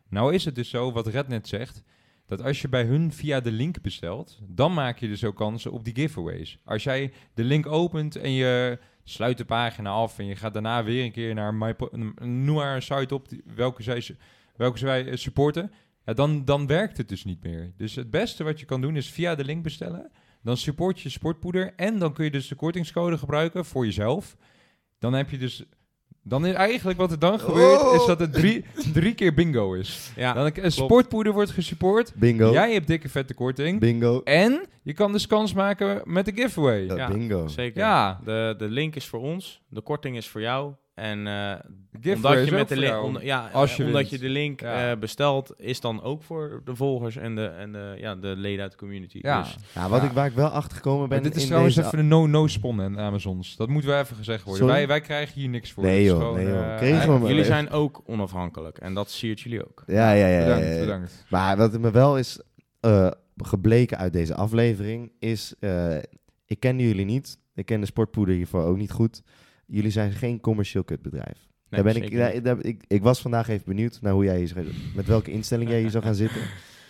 Nou is het dus zo, wat Red net zegt, dat als je bij hun via de link bestelt, dan maak je dus ook kansen op die giveaways. Als jij de link opent en je sluit de pagina af en je gaat daarna weer een keer naar my, noem maar een site op die, welke, zij, welke zij supporten, ja, dan, dan werkt het dus niet meer. Dus het beste wat je kan doen is via de link bestellen. Dan support je sportpoeder en dan kun je dus de kortingscode gebruiken voor jezelf. Dan heb je dus... Dan is eigenlijk wat er dan gebeurt, Oh. is dat het drie, drie keer bingo is. Ja, Dan een sportpoeder wordt gesupport. Bingo. Jij hebt dikke vette korting. Bingo. En je kan dus kans maken met de giveaway. Ja, Ja, bingo. zeker. Ja. De, de link is voor ons, de korting is voor jou. En eh giveaway omdat is je ook met de voor link, jou, onder- ja, als eh, je omdat wint. je de link Ja. eh, bestelt, is dan ook voor de volgers en de, en de, ja, de leden uit de community. Ja. Dus, Ja, wat Ja. ik, waar ik wel achter gekomen ben Maar dit is in trouwens deze... even een no-no-spon aan Amazons. Dat moeten we even gezegd worden. Sorry? Wij, wij krijgen hier niks voor. Nee, Het is joh, gewoon, nee, joh. eh, Kregen we eh, maar. jullie zijn ook onafhankelijk en dat siert jullie ook. Ja, ja, ja. ja, Bedankt, ja, ja. bedankt. Maar wat me wel is eh, gebleken uit deze aflevering is... eh, ik ken jullie niet. Ik ken de sportpoeder hiervoor ook niet goed. Jullie zijn geen commercieel kutbedrijf. Nee, daar ben ik, zeker daar, niet. daar- ik, ik was vandaag even benieuwd naar hoe jij hier, zou- met welke instelling jij hier zou gaan zitten.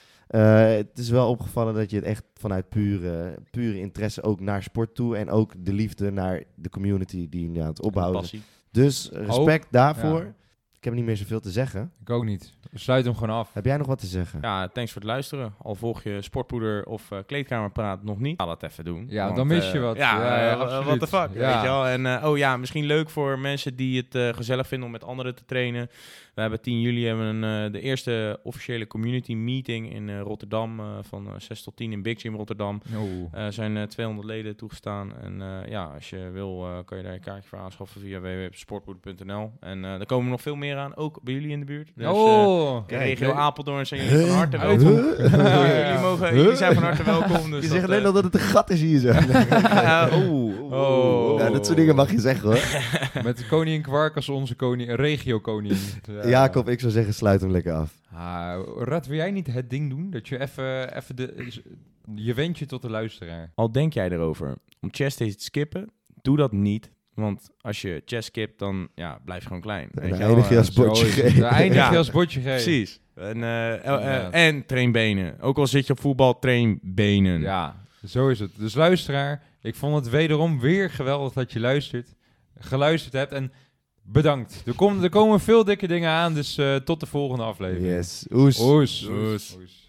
Eh, het is wel opgevallen dat je het echt vanuit pure, pure interesse ook naar sport toe en ook de liefde naar de community die je aan het opbouwen. Passie. Dus respect daarvoor. ja. Ik heb niet meer zoveel te zeggen. Ik ook niet. We sluiten hem gewoon af. Heb jij nog wat te zeggen? Ja, thanks voor het luisteren. Al volg je Sportpoeder of uh, Kleedkamerpraat nog niet, ga dat even doen. Ja, Want, dan mis je uh, wat. Ja, Ja, ja, uh, absoluut. what the fuck, Ja. weet je wel. En uh, oh ja, misschien leuk voor mensen die het uh, gezellig vinden om met anderen te trainen. We hebben tien juli hebben we een, uh, de eerste officiële community meeting in uh, Rotterdam. Uh, van uh, zes tot tien in Big Gym Rotterdam. Oh. Er uh, zijn uh, tweehonderd leden toegestaan. En uh, ja, als je wil, uh, kan je daar een kaartje voor aanschaffen via w w w punt sportpoeder punt n l. En uh, er komen nog veel meer aan, ook bij jullie in de buurt. Dus, uh, oh. de regio Apeldoorn zijn jullie van harte Huh? welkom. Huh? jullie, mogen, jullie zijn van harte welkom. Dus je dat, zegt alleen uh, nog dat het een gat is hier zo. ja, Oeh, oeh, Oh. oeh. Ja, dat soort dingen mag je zeggen hoor. Met koningin Kwark als onze koning, regio-koning. Ja. Jacob, ik zou zeggen sluit hem lekker af. Ah, Rad, wil jij niet het ding doen? Dat je even, even de... Je wendt je tot de luisteraar. Al denk jij erover om chest days te skippen, doe dat niet. Want als je chest skipt, dan ja, blijf je gewoon klein. En Weet dan je wel? eindig je Uh, als bordje Zo is het. G. Dan eindig je Ja. als bordje G. Precies. En, uh, uh, Inderdaad. en train benen. Ook al zit je op voetbal, train benen. Ja, zo is het. Dus luisteraar, ik vond het wederom weer geweldig dat je luistert, geluisterd hebt en bedankt. Er, komt, er komen veel dikke dingen aan, dus uh, tot de volgende aflevering. Yes. Oes. Oes. Oes. Oes.